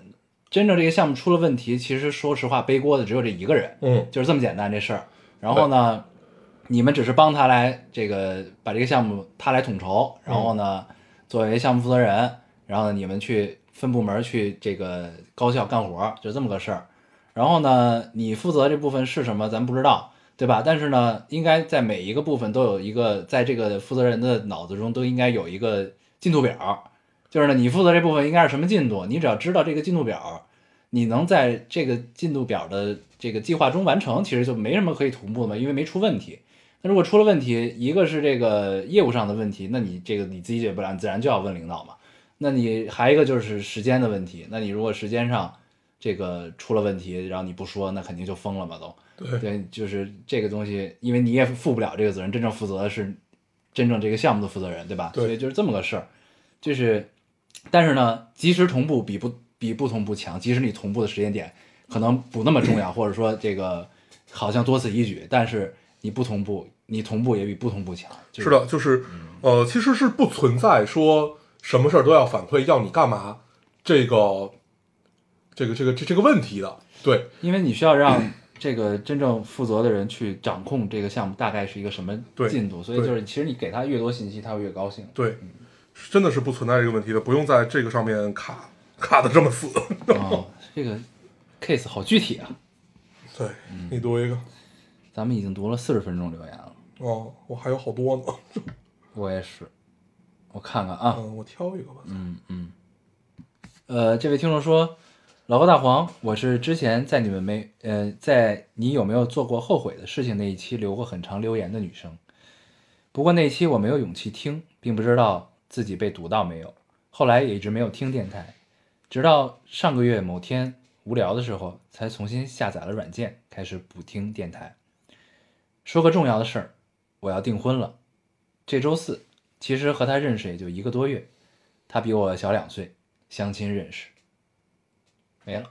真正这个项目出了问题，其实说实话背锅的只有这一个人， 嗯， 就是这么简单这事儿。然后呢，你们只是帮他来这个把这个项目他来统筹，然后呢，作为项目负责人，然后呢你们去分部门去这个高效干活，就这么个事儿。然后呢，你负责这部分是什么，咱不知道，对吧？但是呢，应该在每一个部分都有一个，在这个负责人的脑子中都应该有一个进度表，就是呢，你负责这部分应该是什么进度，你只要知道这个进度表，你能在这个进度表的这个计划中完成，其实就没什么可以同步的嘛，因为没出问题。那如果出了问题，一个是这个业务上的问题，那你这个你自己解决不了，你自然就要问领导嘛。那你还一个就是时间的问题，那你如果时间上这个出了问题，然后你不说，那肯定就疯了嘛都。 对对，就是这个东西，因为你也负不了这个责任，真正负责的是真正这个项目的负责人，对吧？ 对所以就是这么个事儿。就是，但是呢，及时同步比不比不同步强，即使你同步的时间点可能不那么重要，或者说这个好像多此一举，但是你不同步，你同步也比不同步强。就是的，就是呃，其实是不存在说什么事儿都要反馈要你干嘛这个这个这个这这个问题的。对， 因为你需要让这个真正负责的人去掌控这个项目大概是一个什么进度，所以就是其实你给他越多信息，他会越高兴。 对，嗯、真的是不存在这个问题的，不用在这个上面卡卡的这么死。 哦，这个 case 好具体啊。 对，你读一个。 咱们已经读了四十分钟留言了。 哦，我还有好多呢。 我也是，我看看啊。 嗯，我挑一个吧。 嗯嗯。呃，这位听众说。老高大黄，我是之前在你们没呃，在你有没有做过后悔的事情那一期留过很长留言的女生。不过那一期我没有勇气听，并不知道自己被读到没有，后来也一直没有听电台，直到上个月某天无聊的时候，才重新下载了软件，开始补听电台。说个重要的事儿，我要订婚了，这周四，其实和他认识也就一个多月，他比我小两岁，相亲认识。没了。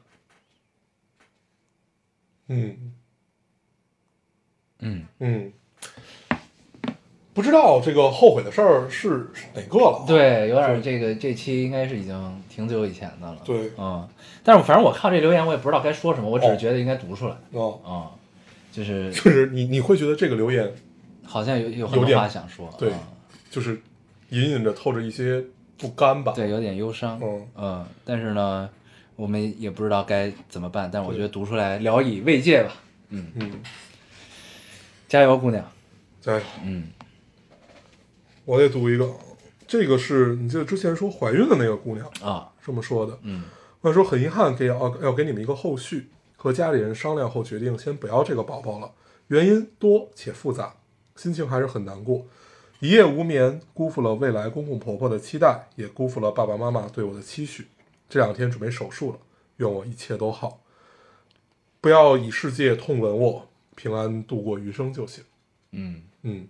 嗯嗯嗯，不知道这个后悔的事儿是哪个了。 对，有点这个这期应该是已经挺久以前的了。 对， 嗯，但是反正我看这留言，我也不知道该说什么，我只是觉得应该读出来。 哦， 嗯，就是就是你你会觉得这个留言好像有有很多话想说。 对、嗯，就是隐隐着透着一些不甘吧。 对，有点忧伤。 嗯嗯，但是呢。我们也不知道该怎么办，但是我觉得读出来聊以慰藉吧。嗯嗯， 加油，姑娘， 加油。 嗯， 我也读一个，这个是你记得之前说怀孕的那个姑娘啊， 这么说的。 嗯， 我说很遗憾，给要要给你们一个后续，和家里人商量后决定先不要这个宝宝了，原因多且复杂，心情还是很难过，一夜无眠，辜负了未来公公婆婆的期待，也辜负了爸爸妈妈对我的期许。这两天准备手术了，愿我一切都好，不要以世界痛吻我，平安度过余生就行。 嗯嗯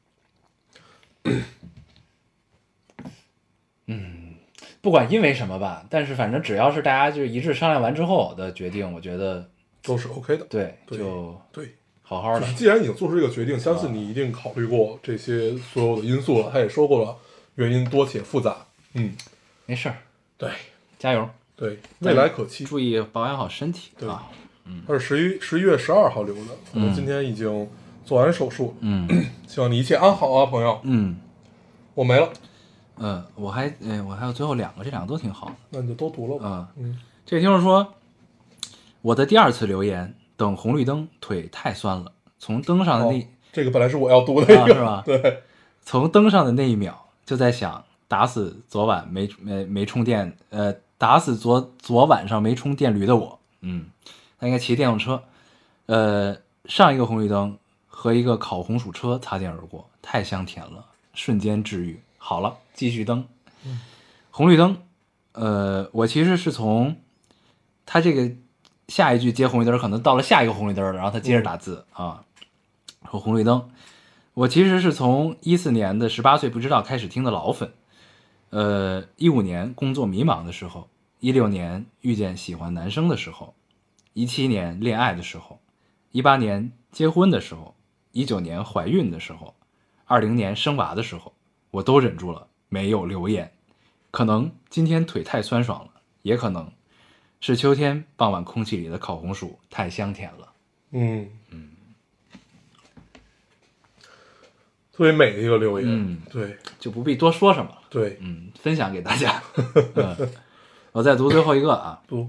嗯，不管因为什么吧，但是反正只要是大家就是一致商量完之后的决定，我觉得都是 OK 的。 对， 对就对， 好好的。 就是既然已经做出这个决定，相信你一定考虑过这些所有的因素了。他也说过了，原因多且复杂。嗯， 没事儿。 对。 加油！ 对，未来可期， 注意保养好身体。 对啊，嗯， 他是十一十一月十二号留的，可能今天已经做完手术。 嗯， 希望你一切安好啊，朋友。 嗯， 我没了。 嗯，我还，哎，我还有最后两个，这两个都挺好的。 那你就都读了吧。 嗯嗯，这位听众说，我的第二次留言，等红绿灯，腿太酸了，从灯上的那、 哦、这个本来是我要读的一个、 啊，是吧？ 对， 从灯上的那一秒就在想。打死昨晚没没没充电，呃，打死昨昨晚上没充电驴的我，嗯，他应该骑电动车，呃，上一个红绿灯和一个烤红薯车擦肩而过，太香甜了，瞬间治愈。好了，继续蹬， 嗯、 红绿灯，呃，我其实是从他这个下一句接红绿灯，可能到了下一个红绿灯了，然后他接着打字、嗯、啊，说红绿灯，我其实是从一四年的十八岁不知道开始听的老粉。呃，一五年工作迷茫的时候，一六年遇见喜欢男生的时候，一七年恋爱的时候，一八年结婚的时候，一九年怀孕的时候，二零年生娃的时候，我都忍住了，没有留言。可能今天腿太酸爽了，也可能是秋天傍晚空气里的烤红薯，太香甜了。 嗯嗯，特别美的一个留言。 嗯， 对， 就不必多说什么了。 对， 嗯，分享给大家。嗯，我再读最后一个啊。 读。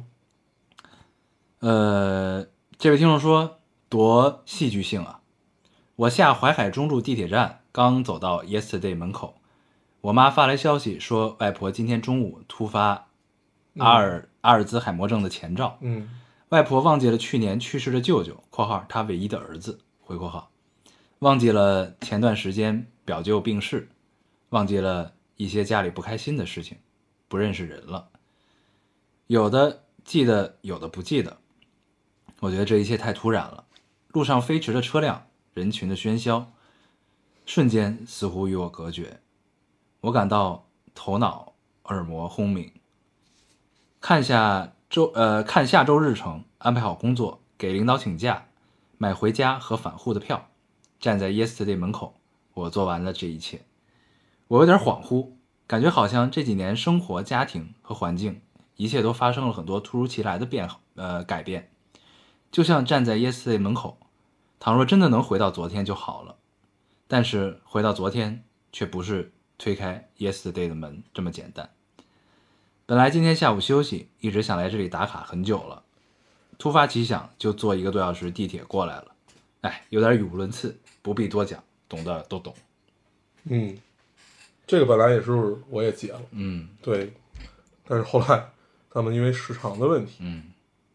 呃，这位听众说多戏剧性啊！我下淮海中路地铁站，刚走到 Yesterday 门口，我妈发来消息说，外婆今天中午突发阿尔、嗯、阿尔兹海默症的前兆。 嗯， 外婆忘记了去年去世的舅舅（括号她唯一的儿子）回括号，忘记了前段时间表舅病逝，忘记了一些家里不开心的事情，不认识人了。有的记得，有的不记得。我觉得这一切太突然了，路上飞驰的车辆，人群的喧嚣，瞬间似乎与我隔绝。我感到头脑耳膜轰鸣。看下周呃看下周日程，安排好工作，给领导请假，买回家和返沪的票，站在 Yesterday 门口，我做完了这一切。我有点恍惚，感觉好像这几年生活、家庭和环境，一切都发生了很多突如其来的变呃改变。就像站在 Yesterday 门口，倘若真的能回到昨天就好了。但是回到昨天，却不是推开 Yesterday 的门这么简单。本来今天下午休息，一直想来这里打卡很久了，突发奇想就坐一个多小时地铁过来了。哎，有点语无伦次，不必多讲，懂的都懂。 嗯，这个本来也是我也解了， 嗯， 对，但是后来他们因为时长的问题， 嗯。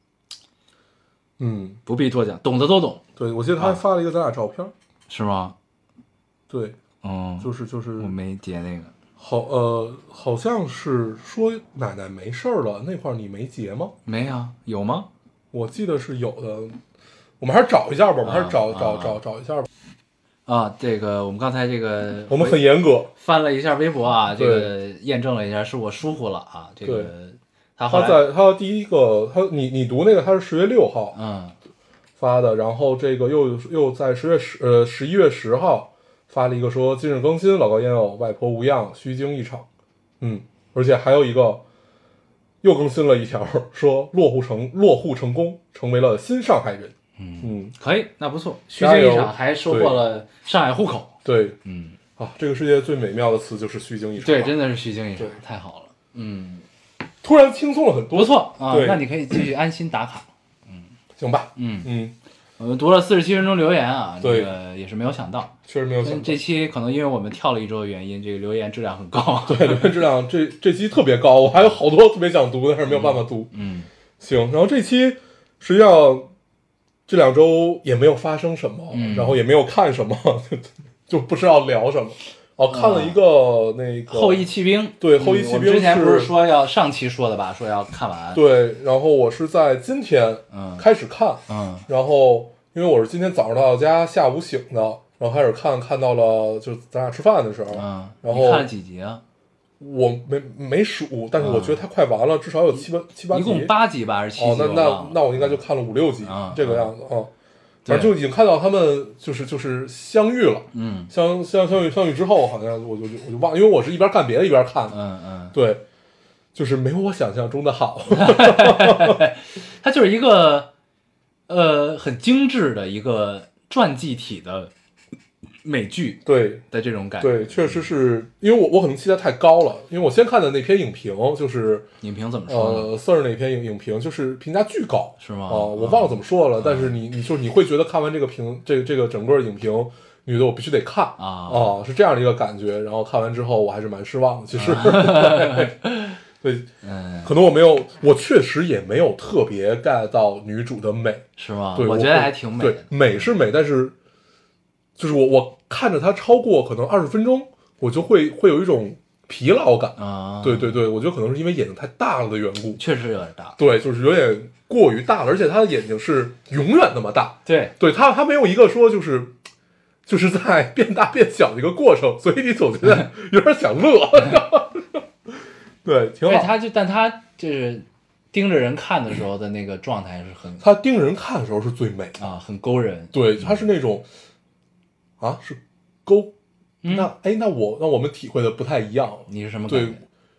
嗯， 不必多讲，懂的都懂。 对，我记得他还发了一个咱俩照片，啊、 是吗？ 对， 嗯， 就是就是， 我没截那个。 好，呃，好像是说奶奶没事了那块你没截吗？ 没啊，有吗？ 我记得是有的，我们还是找一下吧，我们还是找、 啊、 找、 啊、 找找一下吧。 啊，这个我们刚才这个我们很严格， 翻了一下微博啊，这个验证了一下，是我疏忽了啊，这个。他他在他第一个他你你读那个他是十月六号嗯发的，然后这个又又在十月十呃十一月十号发了一个说今日更新，老高烟友外婆无恙虚惊一场，嗯，而且还有一个又更新了一条说落户成落户成功，成为了新上海人， 嗯嗯， 可以，那不错，虚惊一场还收获了上海户口， 对， 嗯啊，这个世界最美妙的词就是虚惊一场， 对，真的是虚惊一场，太好了，嗯。 突然轻松了很多， 不错啊，那你可以继续安心打卡。嗯， 行吧。 嗯嗯， 我们读了四十七分钟留言啊， 对， 这个也是没有想到， 确实没有想到。 这期可能因为我们跳了一周的原因，这个留言质量很高。 对，留言质量这这期特别高，我还有好多特别想读，但是没有办法读。 嗯， 行，然后这期实际上这两周也没有发生什么， 嗯、 然后也没有看什么，就不知道聊什么。哦，看了一个、嗯、那个后羿骑兵， 对，后羿骑兵、嗯、 之前不是说要上期说的吧，说要看完。 对，然后我是在今天开始看， 嗯， 然后因为我是今天早上到家，下午醒的，然后开始看，看到了就是咱俩吃饭的时候， 嗯， 然后你看了几集啊？ 我没没数，但是我觉得它快完了，嗯、至少有七八七八集， 一共八集吧，还是七集？ 哦，那那那我应该就看了五六集， 嗯、 这个样子啊。嗯反正就已经看到他们就是就是相遇了， 嗯， 相相相遇相遇之后，好像我就我就忘，因为我是一边干别的一边看的， 嗯嗯， 对，就是没有我想象中的好。 它就是一个呃很精致的一个传记体的美剧， 对的这种感觉， 对，确实是因为我我可能期待太高了，因为我先看的那篇影评就是影评怎么说呢？ 呃 Sir 那篇影影评就是评价巨高， 是吗？ 啊、呃，我忘了怎么说了，嗯、但是你你就是你会觉得看完这个评这这个整个影评，你觉得我必须得看啊啊、 呃，是这样的一个感觉。然后看完之后，我还是蛮失望的，其实。对， 嗯， 可能我没有，我确实也没有特别 get 到女主的美， 是吗？ 对， 我觉得还挺美的。 对，美是美，但是就是我我看着它超过可能二十分钟，我就会会有一种疲劳感啊。 对对对，我觉得可能是因为眼睛太大了的缘故， 确实有点大。 对，就是有点过于大了，而且他的眼睛是永远那么大。 对， 对他他没有一个说就是就是在变大变小的一个过程，所以你总觉得有点想乐。对，挺好。 他就，但他就是盯着人看的时候的那个状态是很， 他盯着人看的时候是最美啊，很勾人。 对，他是那种啊，是勾。 嗯、 那哎，那我那我们体会的不太一样。 你是什么感觉？ 对，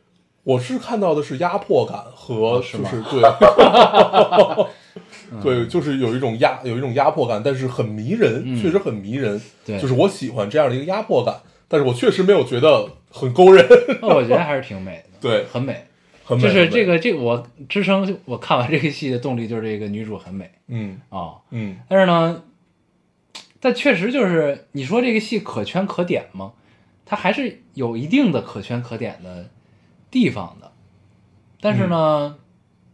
我是看到的是压迫感和哦是吗就是对，对，就是有一种压有一种压迫感，但是很迷人， 嗯确实很迷人。 对就是我喜欢这样的一个压迫感，但是我确实没有觉得很勾人。 哦，我觉得还是挺美的， 对很美。 很美， 就是很美这个这个我支撑我看完这个戏的动力就是这个女主很美嗯啊、 嗯， 但是呢，但确实就是你说这个戏可圈可点吗？它还是有一定的可圈可点的地方的，但是呢， 嗯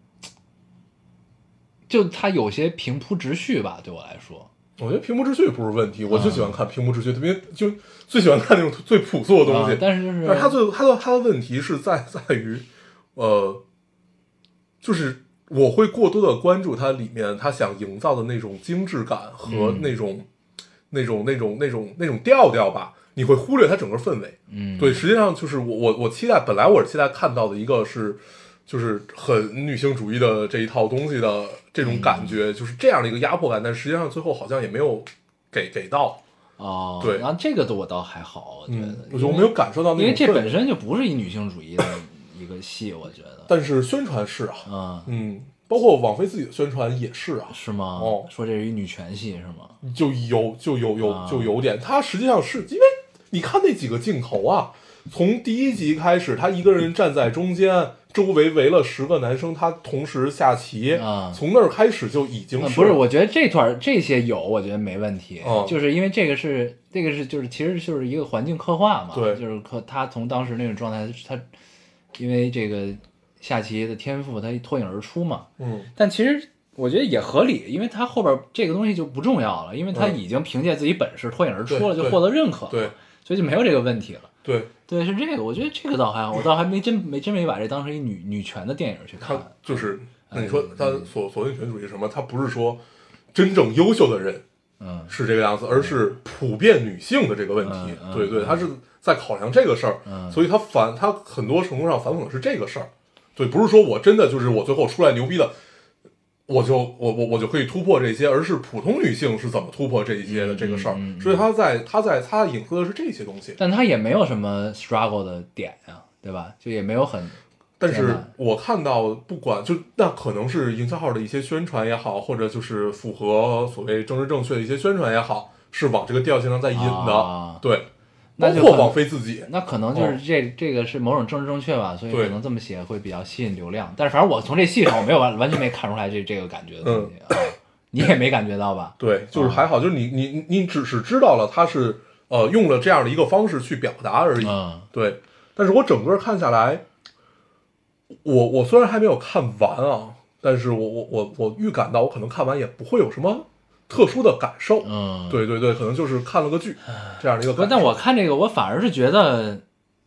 就它有些平铺直叙吧，对我来说。 我觉得屏幕秩序不是问题，我就喜欢看屏幕秩序，特别就最喜欢看那种最朴素的东西。 啊但是就是但是它最它的它的问题是在在于，呃，就是我会过多的关注它里面它想营造的那种精致感和那种、那种那种那种那种调调吧，你会忽略它整个氛围。 嗯， 对，实际上就是我我我期待，本来我是期待看到的一个是。就是很女性主义的这一套东西的这种感觉， 嗯、 就是这样的一个压迫感，但实际上最后好像也没有给给到。 哦， 对， 然后这个我倒还好，我觉得， 嗯、我觉得我没有感受到那种， 因为这本身就不是一女性主义的一个戏，我觉得。 但是宣传是啊， 嗯嗯，包括网飞自己的宣传也是啊， 是吗？ 哦， 说这是一女权戏是吗？ 就有就有有、 啊、 就有点，它实际上是因为你看那几个镜头啊，从第一集开始，他一个人站在中间。周围围了十个男生，他同时下棋， 啊、 从那儿开始就已经是、 嗯、不是？我觉得这段这些有，我觉得没问题， 嗯、 就是因为这个是这个是就是其实就是一个环境刻画嘛， 对， 就是刻他从当时那种状态，他因为这个下棋的天赋，他脱颖而出嘛， 嗯， 但其实我觉得也合理，因为他后边这个东西就不重要了，因为他已经凭借自己本事脱颖而出了， 嗯、 就获得认可了， 对， 所以就没有这个问题了。 对对，是这个，我觉得这个倒还好，我倒还没真没真没把这当成一女女权的电影去看。 就是那你说他所所谓女权主义什么？他不是说真正优秀的人，嗯，是这个样子，而是普遍女性的这个问题。 嗯、 对对，他是在考量这个事儿， 嗯， 所以他反他很多程度上反讽的是这个事儿。对，不是说我真的就是我最后出来牛逼的。我就我我我就可以突破这些，而是普通女性是怎么突破这一些的这个事儿， 嗯嗯嗯、 所以他在他在他影射的是这些东西， 但他也没有什么 struggle 的点呀、啊，对吧？就也没有很， 但是我看到不管就那可能是营销号的一些宣传也好，或者就是符合所谓政治正确的一些宣传也好，是往这个调性上在引的， 啊、 对。 包括网飞自己， 那可能就是这、哦、这个是某种政治正确吧，所以可能这么写会比较吸引流量。但是反正我从这戏上我没有完完全没看出来这这个感觉的东西、嗯啊，你也没感觉到吧？ 对，就是还好，嗯、就是你你你只是知道了他是呃用了这样的一个方式去表达而已， 嗯、 对。但是我整个看下来，我我虽然还没有看完啊，但是我我我我预感到我可能看完也不会有什么。特殊的感受， 嗯， 对对对，可能就是看了个剧这样的一个感受。 但我看这个，我反而是觉得，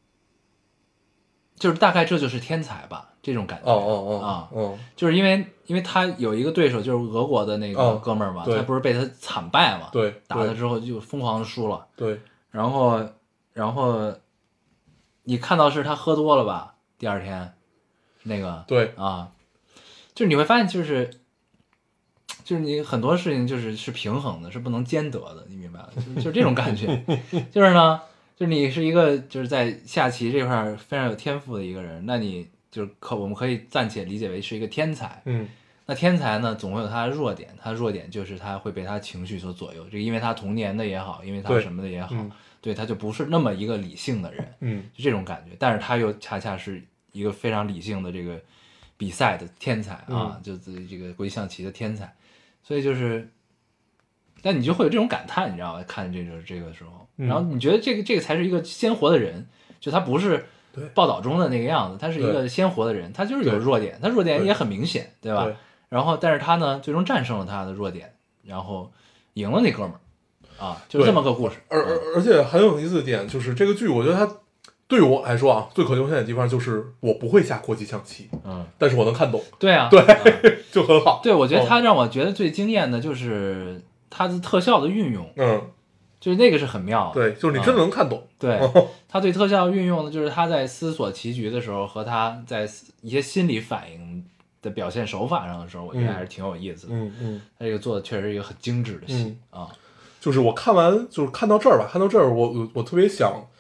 就是大概这就是天才吧，这种感觉。 哦哦哦啊， 哦， 就是因为因为他有一个对手，就是俄国的那个哥们儿嘛， 哦、 他不是被他惨败嘛， 对， 打他之后就疯狂的输了， 对， 然后然后你看到是他喝多了吧？第二天那个对啊，就是你会发现就是。就是你很多事情就是是平衡的，是不能兼得的，你明白吗？就就这种感觉，就是呢，就是你是一个就是在下棋这块非常有天赋的一个人，那你就是可我们可以暂且理解为是一个天才， 嗯， 那天才呢总会有他的弱点，他的弱点就是他会被他情绪所左右，这因为他童年的也好，因为他什么的也好，对，嗯、对他就不是那么一个理性的人， 嗯， 就这种感觉，但是他又恰恰是一个非常理性的这个比赛的天才啊， 嗯、 就是这个国际象棋的天才。所以就是，但你就会有这种感叹，你知道吧？看这个这个时候，然后你觉得这个这个才是一个鲜活的人，就他不是报道中的那个样子，他是一个鲜活的人，他就是有弱点，他弱点也很明显，对吧？ 对然后，但是他呢，最终战胜了他的弱点，然后赢了那哥们儿，啊，就这么个故事。 而而而且很有意思的点就是这个剧，我觉得它对我来说啊，最可优先的地方就是我不会下国际象棋， 嗯， 但是我能看懂。 对啊， 对， 嗯、 就很好。 对，我觉得他让我觉得最惊艳的就是他的特效的运用， 嗯， 就是那个是很妙的。 对，就是你真的能看懂。 嗯、对，他对特效运用的就是他在思索棋局的时候和他在一些心理反应的表现手法上的时候，我觉得还是挺有意思的。 嗯嗯， 他这个做的确实是一个很精致的戏、 嗯、 啊。 就是我看完，就是看到这儿吧，看到这儿，我我我特别想。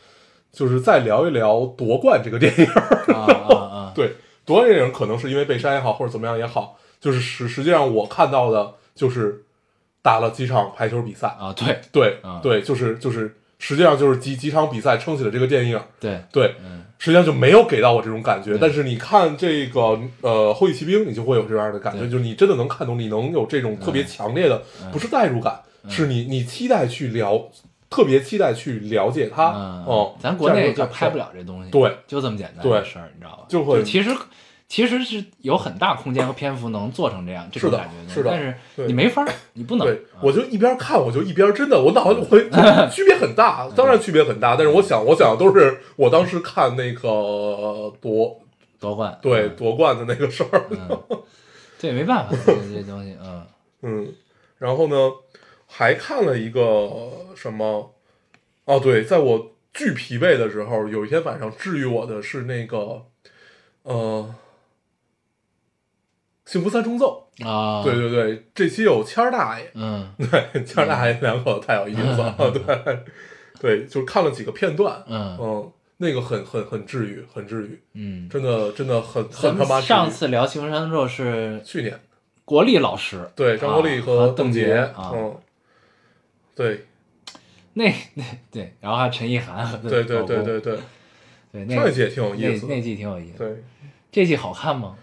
就是再聊一聊夺冠这个电影。 啊啊啊！ 对，夺冠电影可能是因为被删也好，或者怎么样也好，就是实实际上我看到的就是打了几场排球比赛啊，对对、 嗯、 对，就是就是实际上就是几几场比赛撑起了这个电影。 对对， 嗯， 实际上就没有给到我这种感觉。但是你看这个呃《后翼骑兵》，你就会有这样的感觉，就是你真的能看懂，你能有这种特别强烈的， 嗯、 不是代入感，嗯、是你你期待去了。特别期待去了解它， 嗯， 哦、 嗯，咱国内就拍不了这东西， 对， 就这么简单的事儿，你知道吧？ 就会就其实其实是有很大空间和篇幅能做成这样这种感觉的，是的， 但是你没法，你不能。 对，我就一边看，我就一边真的，我脑子会区别很大，当然区别很大，但是我想，我想的都是我当时看那个夺夺冠， 对、 嗯、 夺冠的那个事儿， 嗯，对，没办法，这这东西，嗯嗯，然后呢？还看了一个什么？哦，对，在我巨疲惫的时候，有一天晚上治愈我的是那个，呃，《幸福三重奏》 啊， 对对对，这期有谦儿大爷， 嗯， 对，谦儿大爷两口子太有意思了，嗯、对，对，就看了几个片段， 嗯嗯，那个很很很治愈，很治愈， 嗯， 真的真的很很他妈治愈。 上次聊《幸福三重奏》是去年， 国立老师， 对，张国立和邓婕， 啊、嗯。对， 那那对，然后还有陈意涵和对对对对对， 对，那上一季也挺有意思的， 那那季挺有意思。 对， 这季好看吗？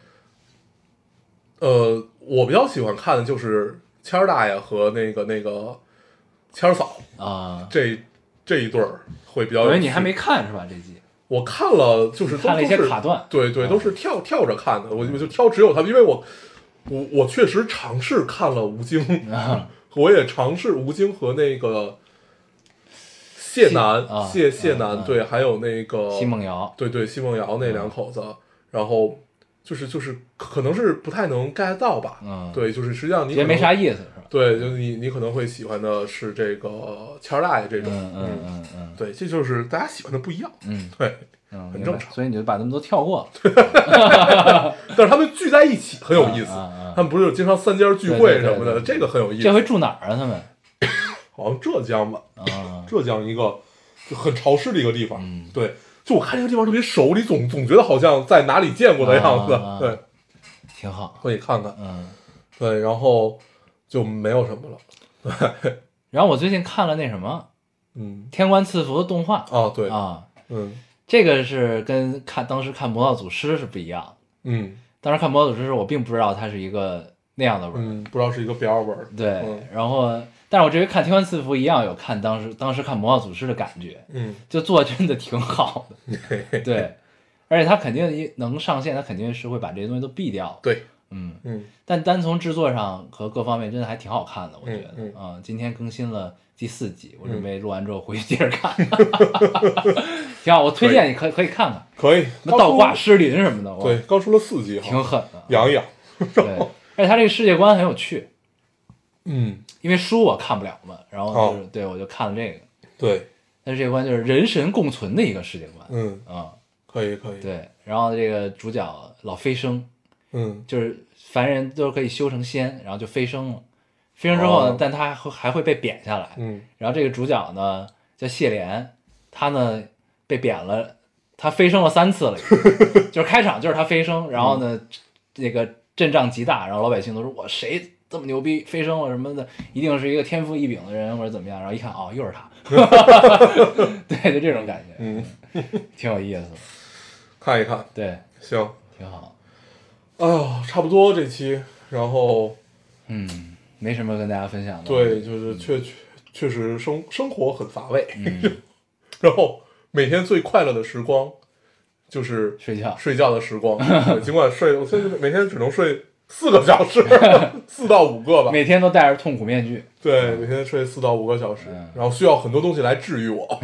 呃，我比较喜欢看的就是谦儿大爷和那个那个谦儿嫂啊， 这这一对儿会比较有。 因为你还没看是吧？这季我看了，就是看了一些卡段， 对对，都是跳跳着看的。我我就挑只有他们，因为我我我确实尝试看了吴京。我也尝试吴京和那个谢楠、 啊、 谢谢楠、 啊、 对，还有那个奚梦瑶， 对对，奚梦瑶那两口子，嗯、然后就是就是可能是不太能 get 到吧， 嗯， 对，就是实际上你觉得没啥意思是吧？ 对，就你你可能会喜欢的是这个谦儿大爷这种， 嗯嗯嗯嗯， 对，这就是大家喜欢的不一样， 嗯， 对。 嗯， 很正常， 所以你就把他们都跳过。 但是他们聚在一起很有意思， 啊啊啊、 他们不是经常三家聚会什么的，这个很有意思。 这回住哪儿啊？他们好像浙江吧， 啊， 浙江一个就很潮湿的一个地方。 嗯， 对，就我看这个地方特别熟，你总总觉得好像在哪里见过的样子。 啊啊啊、 对， 挺好， 可以看看。 嗯， 对，然后就没有什么了。对， 然后我最近看了那什么， 嗯， 天官赐福的动画。 哦，对啊， 嗯。 这个是跟看当时看《魔道祖师》是不一样， 嗯， 当时看《魔道祖师》我并不知道它是一个那样的文， 嗯，不知道是一个标文， 对， 嗯、 然后，但是我这回看《天官赐福》一样有看当时当时看《魔道祖师》的感觉， 嗯， 就做真的挺好的，对，而且他肯定能上线，他肯定是会把这些东西都毙掉， 对， 嗯嗯， 但单从制作上和各方面真的还挺好看的，我觉得， 嗯嗯啊，今天更新了第四集，我准备录完之后回去接着看，挺好，我推荐你可以可以看看， 可以， 什么倒挂失灵什么的， 对，刚出了四集， 挺狠的， 养一养， 对，而且他这个世界观很有趣， 嗯， 因为书我看不了嘛，然后就是、 哦、 对我就看了这个， 对， 但是这个观就是人神共存的一个世界观， 嗯啊、嗯， 可以可以， 对，然后这个主角老飞升， 嗯， 就是凡人都可以修成仙，然后就飞升了。飞升之后呢， 哦、 但他还会还会被贬下来。 嗯， 然后这个主角呢叫谢莲，他呢被贬了，他飞升了三次了，就是开场就是他飞升，然后呢，那、嗯、个阵仗极大，然后老百姓都说我谁这么牛逼飞升了什么的，一定是一个天赋异禀的人或者怎么样，然后一看哦又是他，对，就这种感觉， 嗯， 挺有意思的， 看一看， 对， 行， 挺好。 哎呦，差不多这期，然后嗯。没什么跟大家分享的。 对，就是确确确实生生活很乏味， 嗯、 然后每天最快乐的时光就是睡觉睡觉的时光。尽管睡，我现在每天只能睡四个小时，四到五个吧。 每天都戴着痛苦面具。 对，嗯、每天睡四到五个小时， 嗯、 然后需要很多东西来治愈我。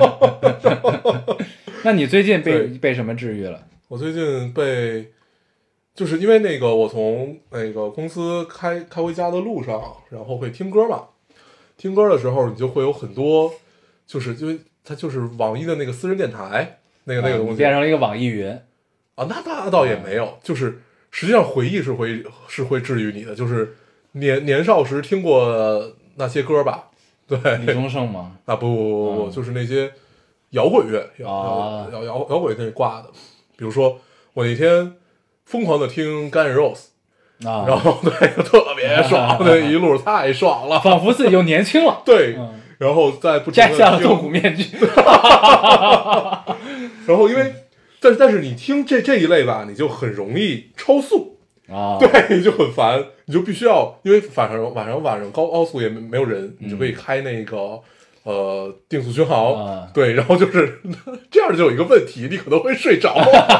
那你最近被被什么治愈了？ 我最近被。就是因为那个，我从那个公司开开回家的路上，然后会听歌嘛。听歌的时候，你就会有很多，就是因为它就是网易的那个私人电台，那个那个东西、 啊、变成了一个网易云啊。那那倒也没有，嗯、就是实际上回忆是会是会治愈你的，就是年年少时听过那些歌吧。对， 李宗盛吗？ 啊不不不不，嗯、就是那些摇滚乐，摇哦摇摇摇滚乐那挂的。比如说我那天疯狂的听 Guns N' Roses， 啊， 然后对特别爽，那一路太爽了， 仿佛自己又年轻了。 对， 嗯然后再不停地摘下了听痛苦面具。 然后因为，但但是你听这这一类吧，你就很容易超速， 啊， 对，你就很烦，你就必须要，因为晚上晚上晚上高高速也没没有人，你就可以开那个呃定速巡航， 啊对，然后就是这样就有一个问题，你可能会睡着，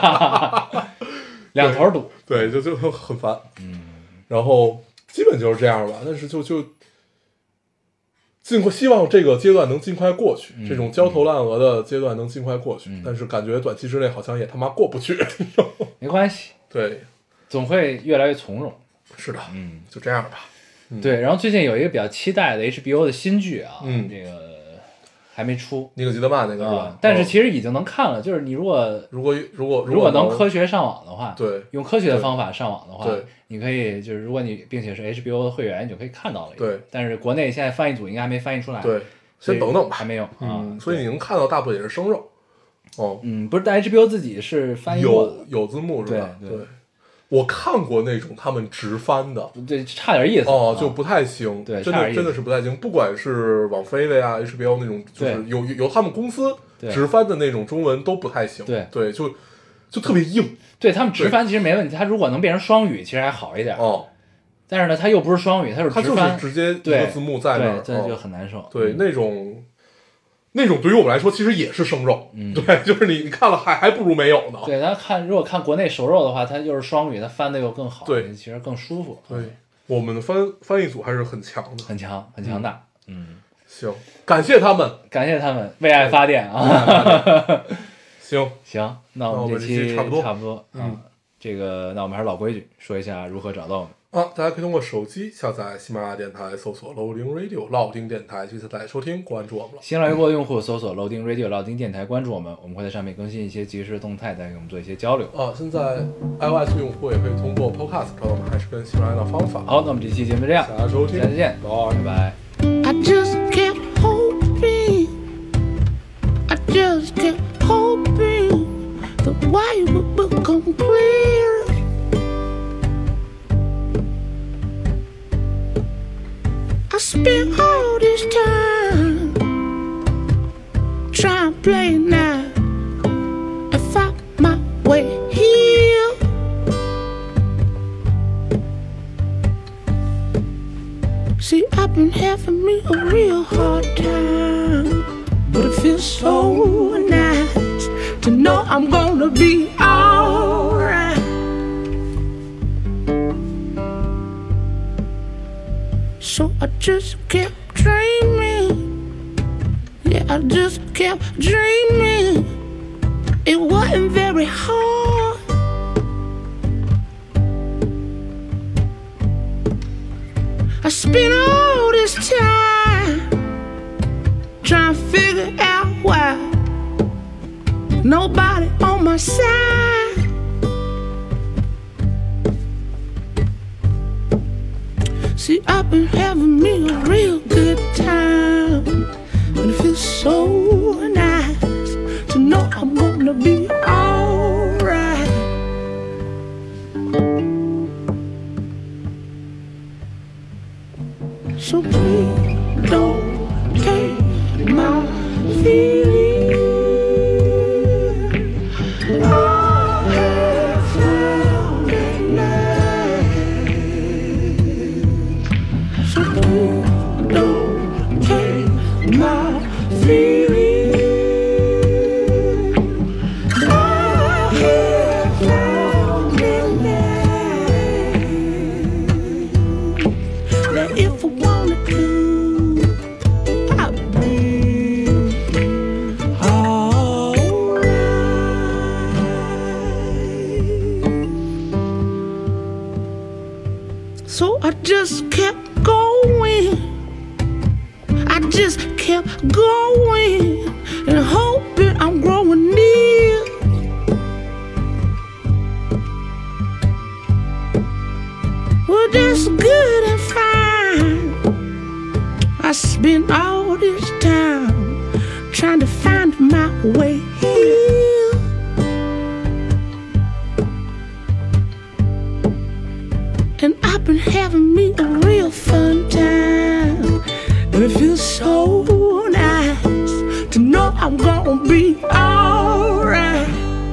两头堵。 对，就就很烦，嗯，然后基本就是这样吧，但是就就。尽快希望这个阶段能尽快过去， 嗯、 这种焦头烂额的阶段能尽快过去， 嗯、 但是感觉短期之内好像也他妈过不去。 没关系， 对， 总会越来越从容。 是的， 嗯， 就这样吧。嗯、 对，然后最近有一个比较期待的 H B O 的新剧啊， 嗯， 这个还没出， 尼可基德曼那个是吧？ 啊、但是其实已经能看了，就是你如果如果如果如果能科学上网的话， 对， 用科学的方法上网的话， 对， 你可以就是如果你并且是 H B O 的会员，你就可以看到了。 对， 但是国内现在翻译组应该还没翻译出来。 对，先等等吧， 还没有。 嗯，所以你能看到大部分也是生肉。哦， 嗯，不是，但 H B O 自己是翻译过的， 有有字幕是吧？ 对对。我看过那种他们直翻的， 对，差点意思哦，就不太行， 对， 真的真的是不太行。不管是网飞的呀 ，H B O 那种，就是有有他们公司直翻的那种中文都不太行， 对对，就就特别硬。 对他们直翻其实没问题，他如果能变成双语，其实还好一点。 哦， 但是呢，他又不是双语，他是直翻， 直接一个字幕在那儿， 对，这就很难受。 对，那种。那种对于我们来说其实也是生肉，嗯，对，就是你你看了还还不如没有呢。 对，他看如果看国内熟肉的话，他又是双语，他翻的又更好， 对， 其实更舒服。 对，我们的翻翻译组还是很强的， 很强，很强大。嗯， 行，感谢他们， 感谢他们为爱发电啊！ 行行，那我们这期差不多差不多，嗯，这个那我们还是老规矩，说一下如何找到我们。 啊，大家可以通过手机下载喜马拉雅电台，搜索 Loading Radio 老丁电台去下载收听，关注我们了。 新浪微博用户搜索 Loading Radio 老丁电台，关注我们，我们会在上面更新一些即时的动态，再给我们做一些交流。 啊，现在 iOS 用户也可以通过 Podcast 找到我们，还是跟喜马拉雅的方法。 好，那我们这期节目就这样， 大家收听， 下次见，拜拜。I just kept hoping, I just kept hoping the way would become clear. I spent all this time trying to play now and find my way here. See, I've been having me a real hard time, but it feels so nice to know I'm gonna be alright. So I just kept dreaming, yeah, I just kept dreaming. It wasn't very hard. I spent all this time trying to figure out why nobody on my side. See, I've been having me a real good time, and it feels so nice to know I'm gonna be alright. So please don't take my feelings. I have found it now. So please don't take my feelings. I have found it now. That if I wanted to, I'd be alright. So I just kept going, I just kept going and hoping I'm growing near. Well, that's good and fine. I spent all this time trying to find my wait here. And I've been having me a real fun time. And it feels so nice to know I'm gonna be alright.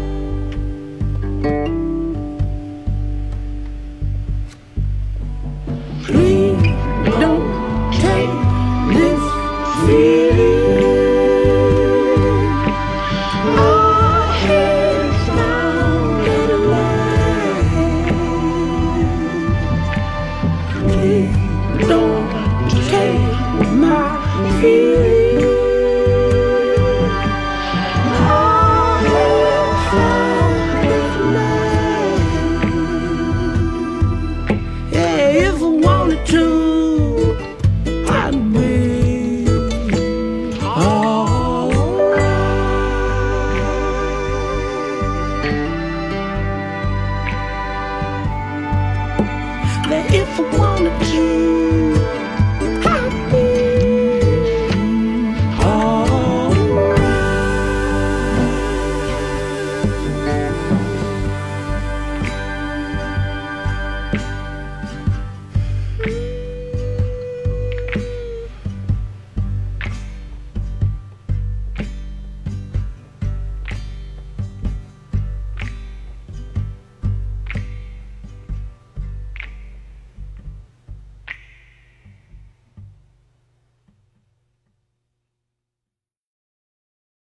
Please don't take this feeling. Oh, it's not in line. Please don't take my feeling. Oh, it's not in line. Yeah, if I wanted to, I'd be alright. That if I wanted to,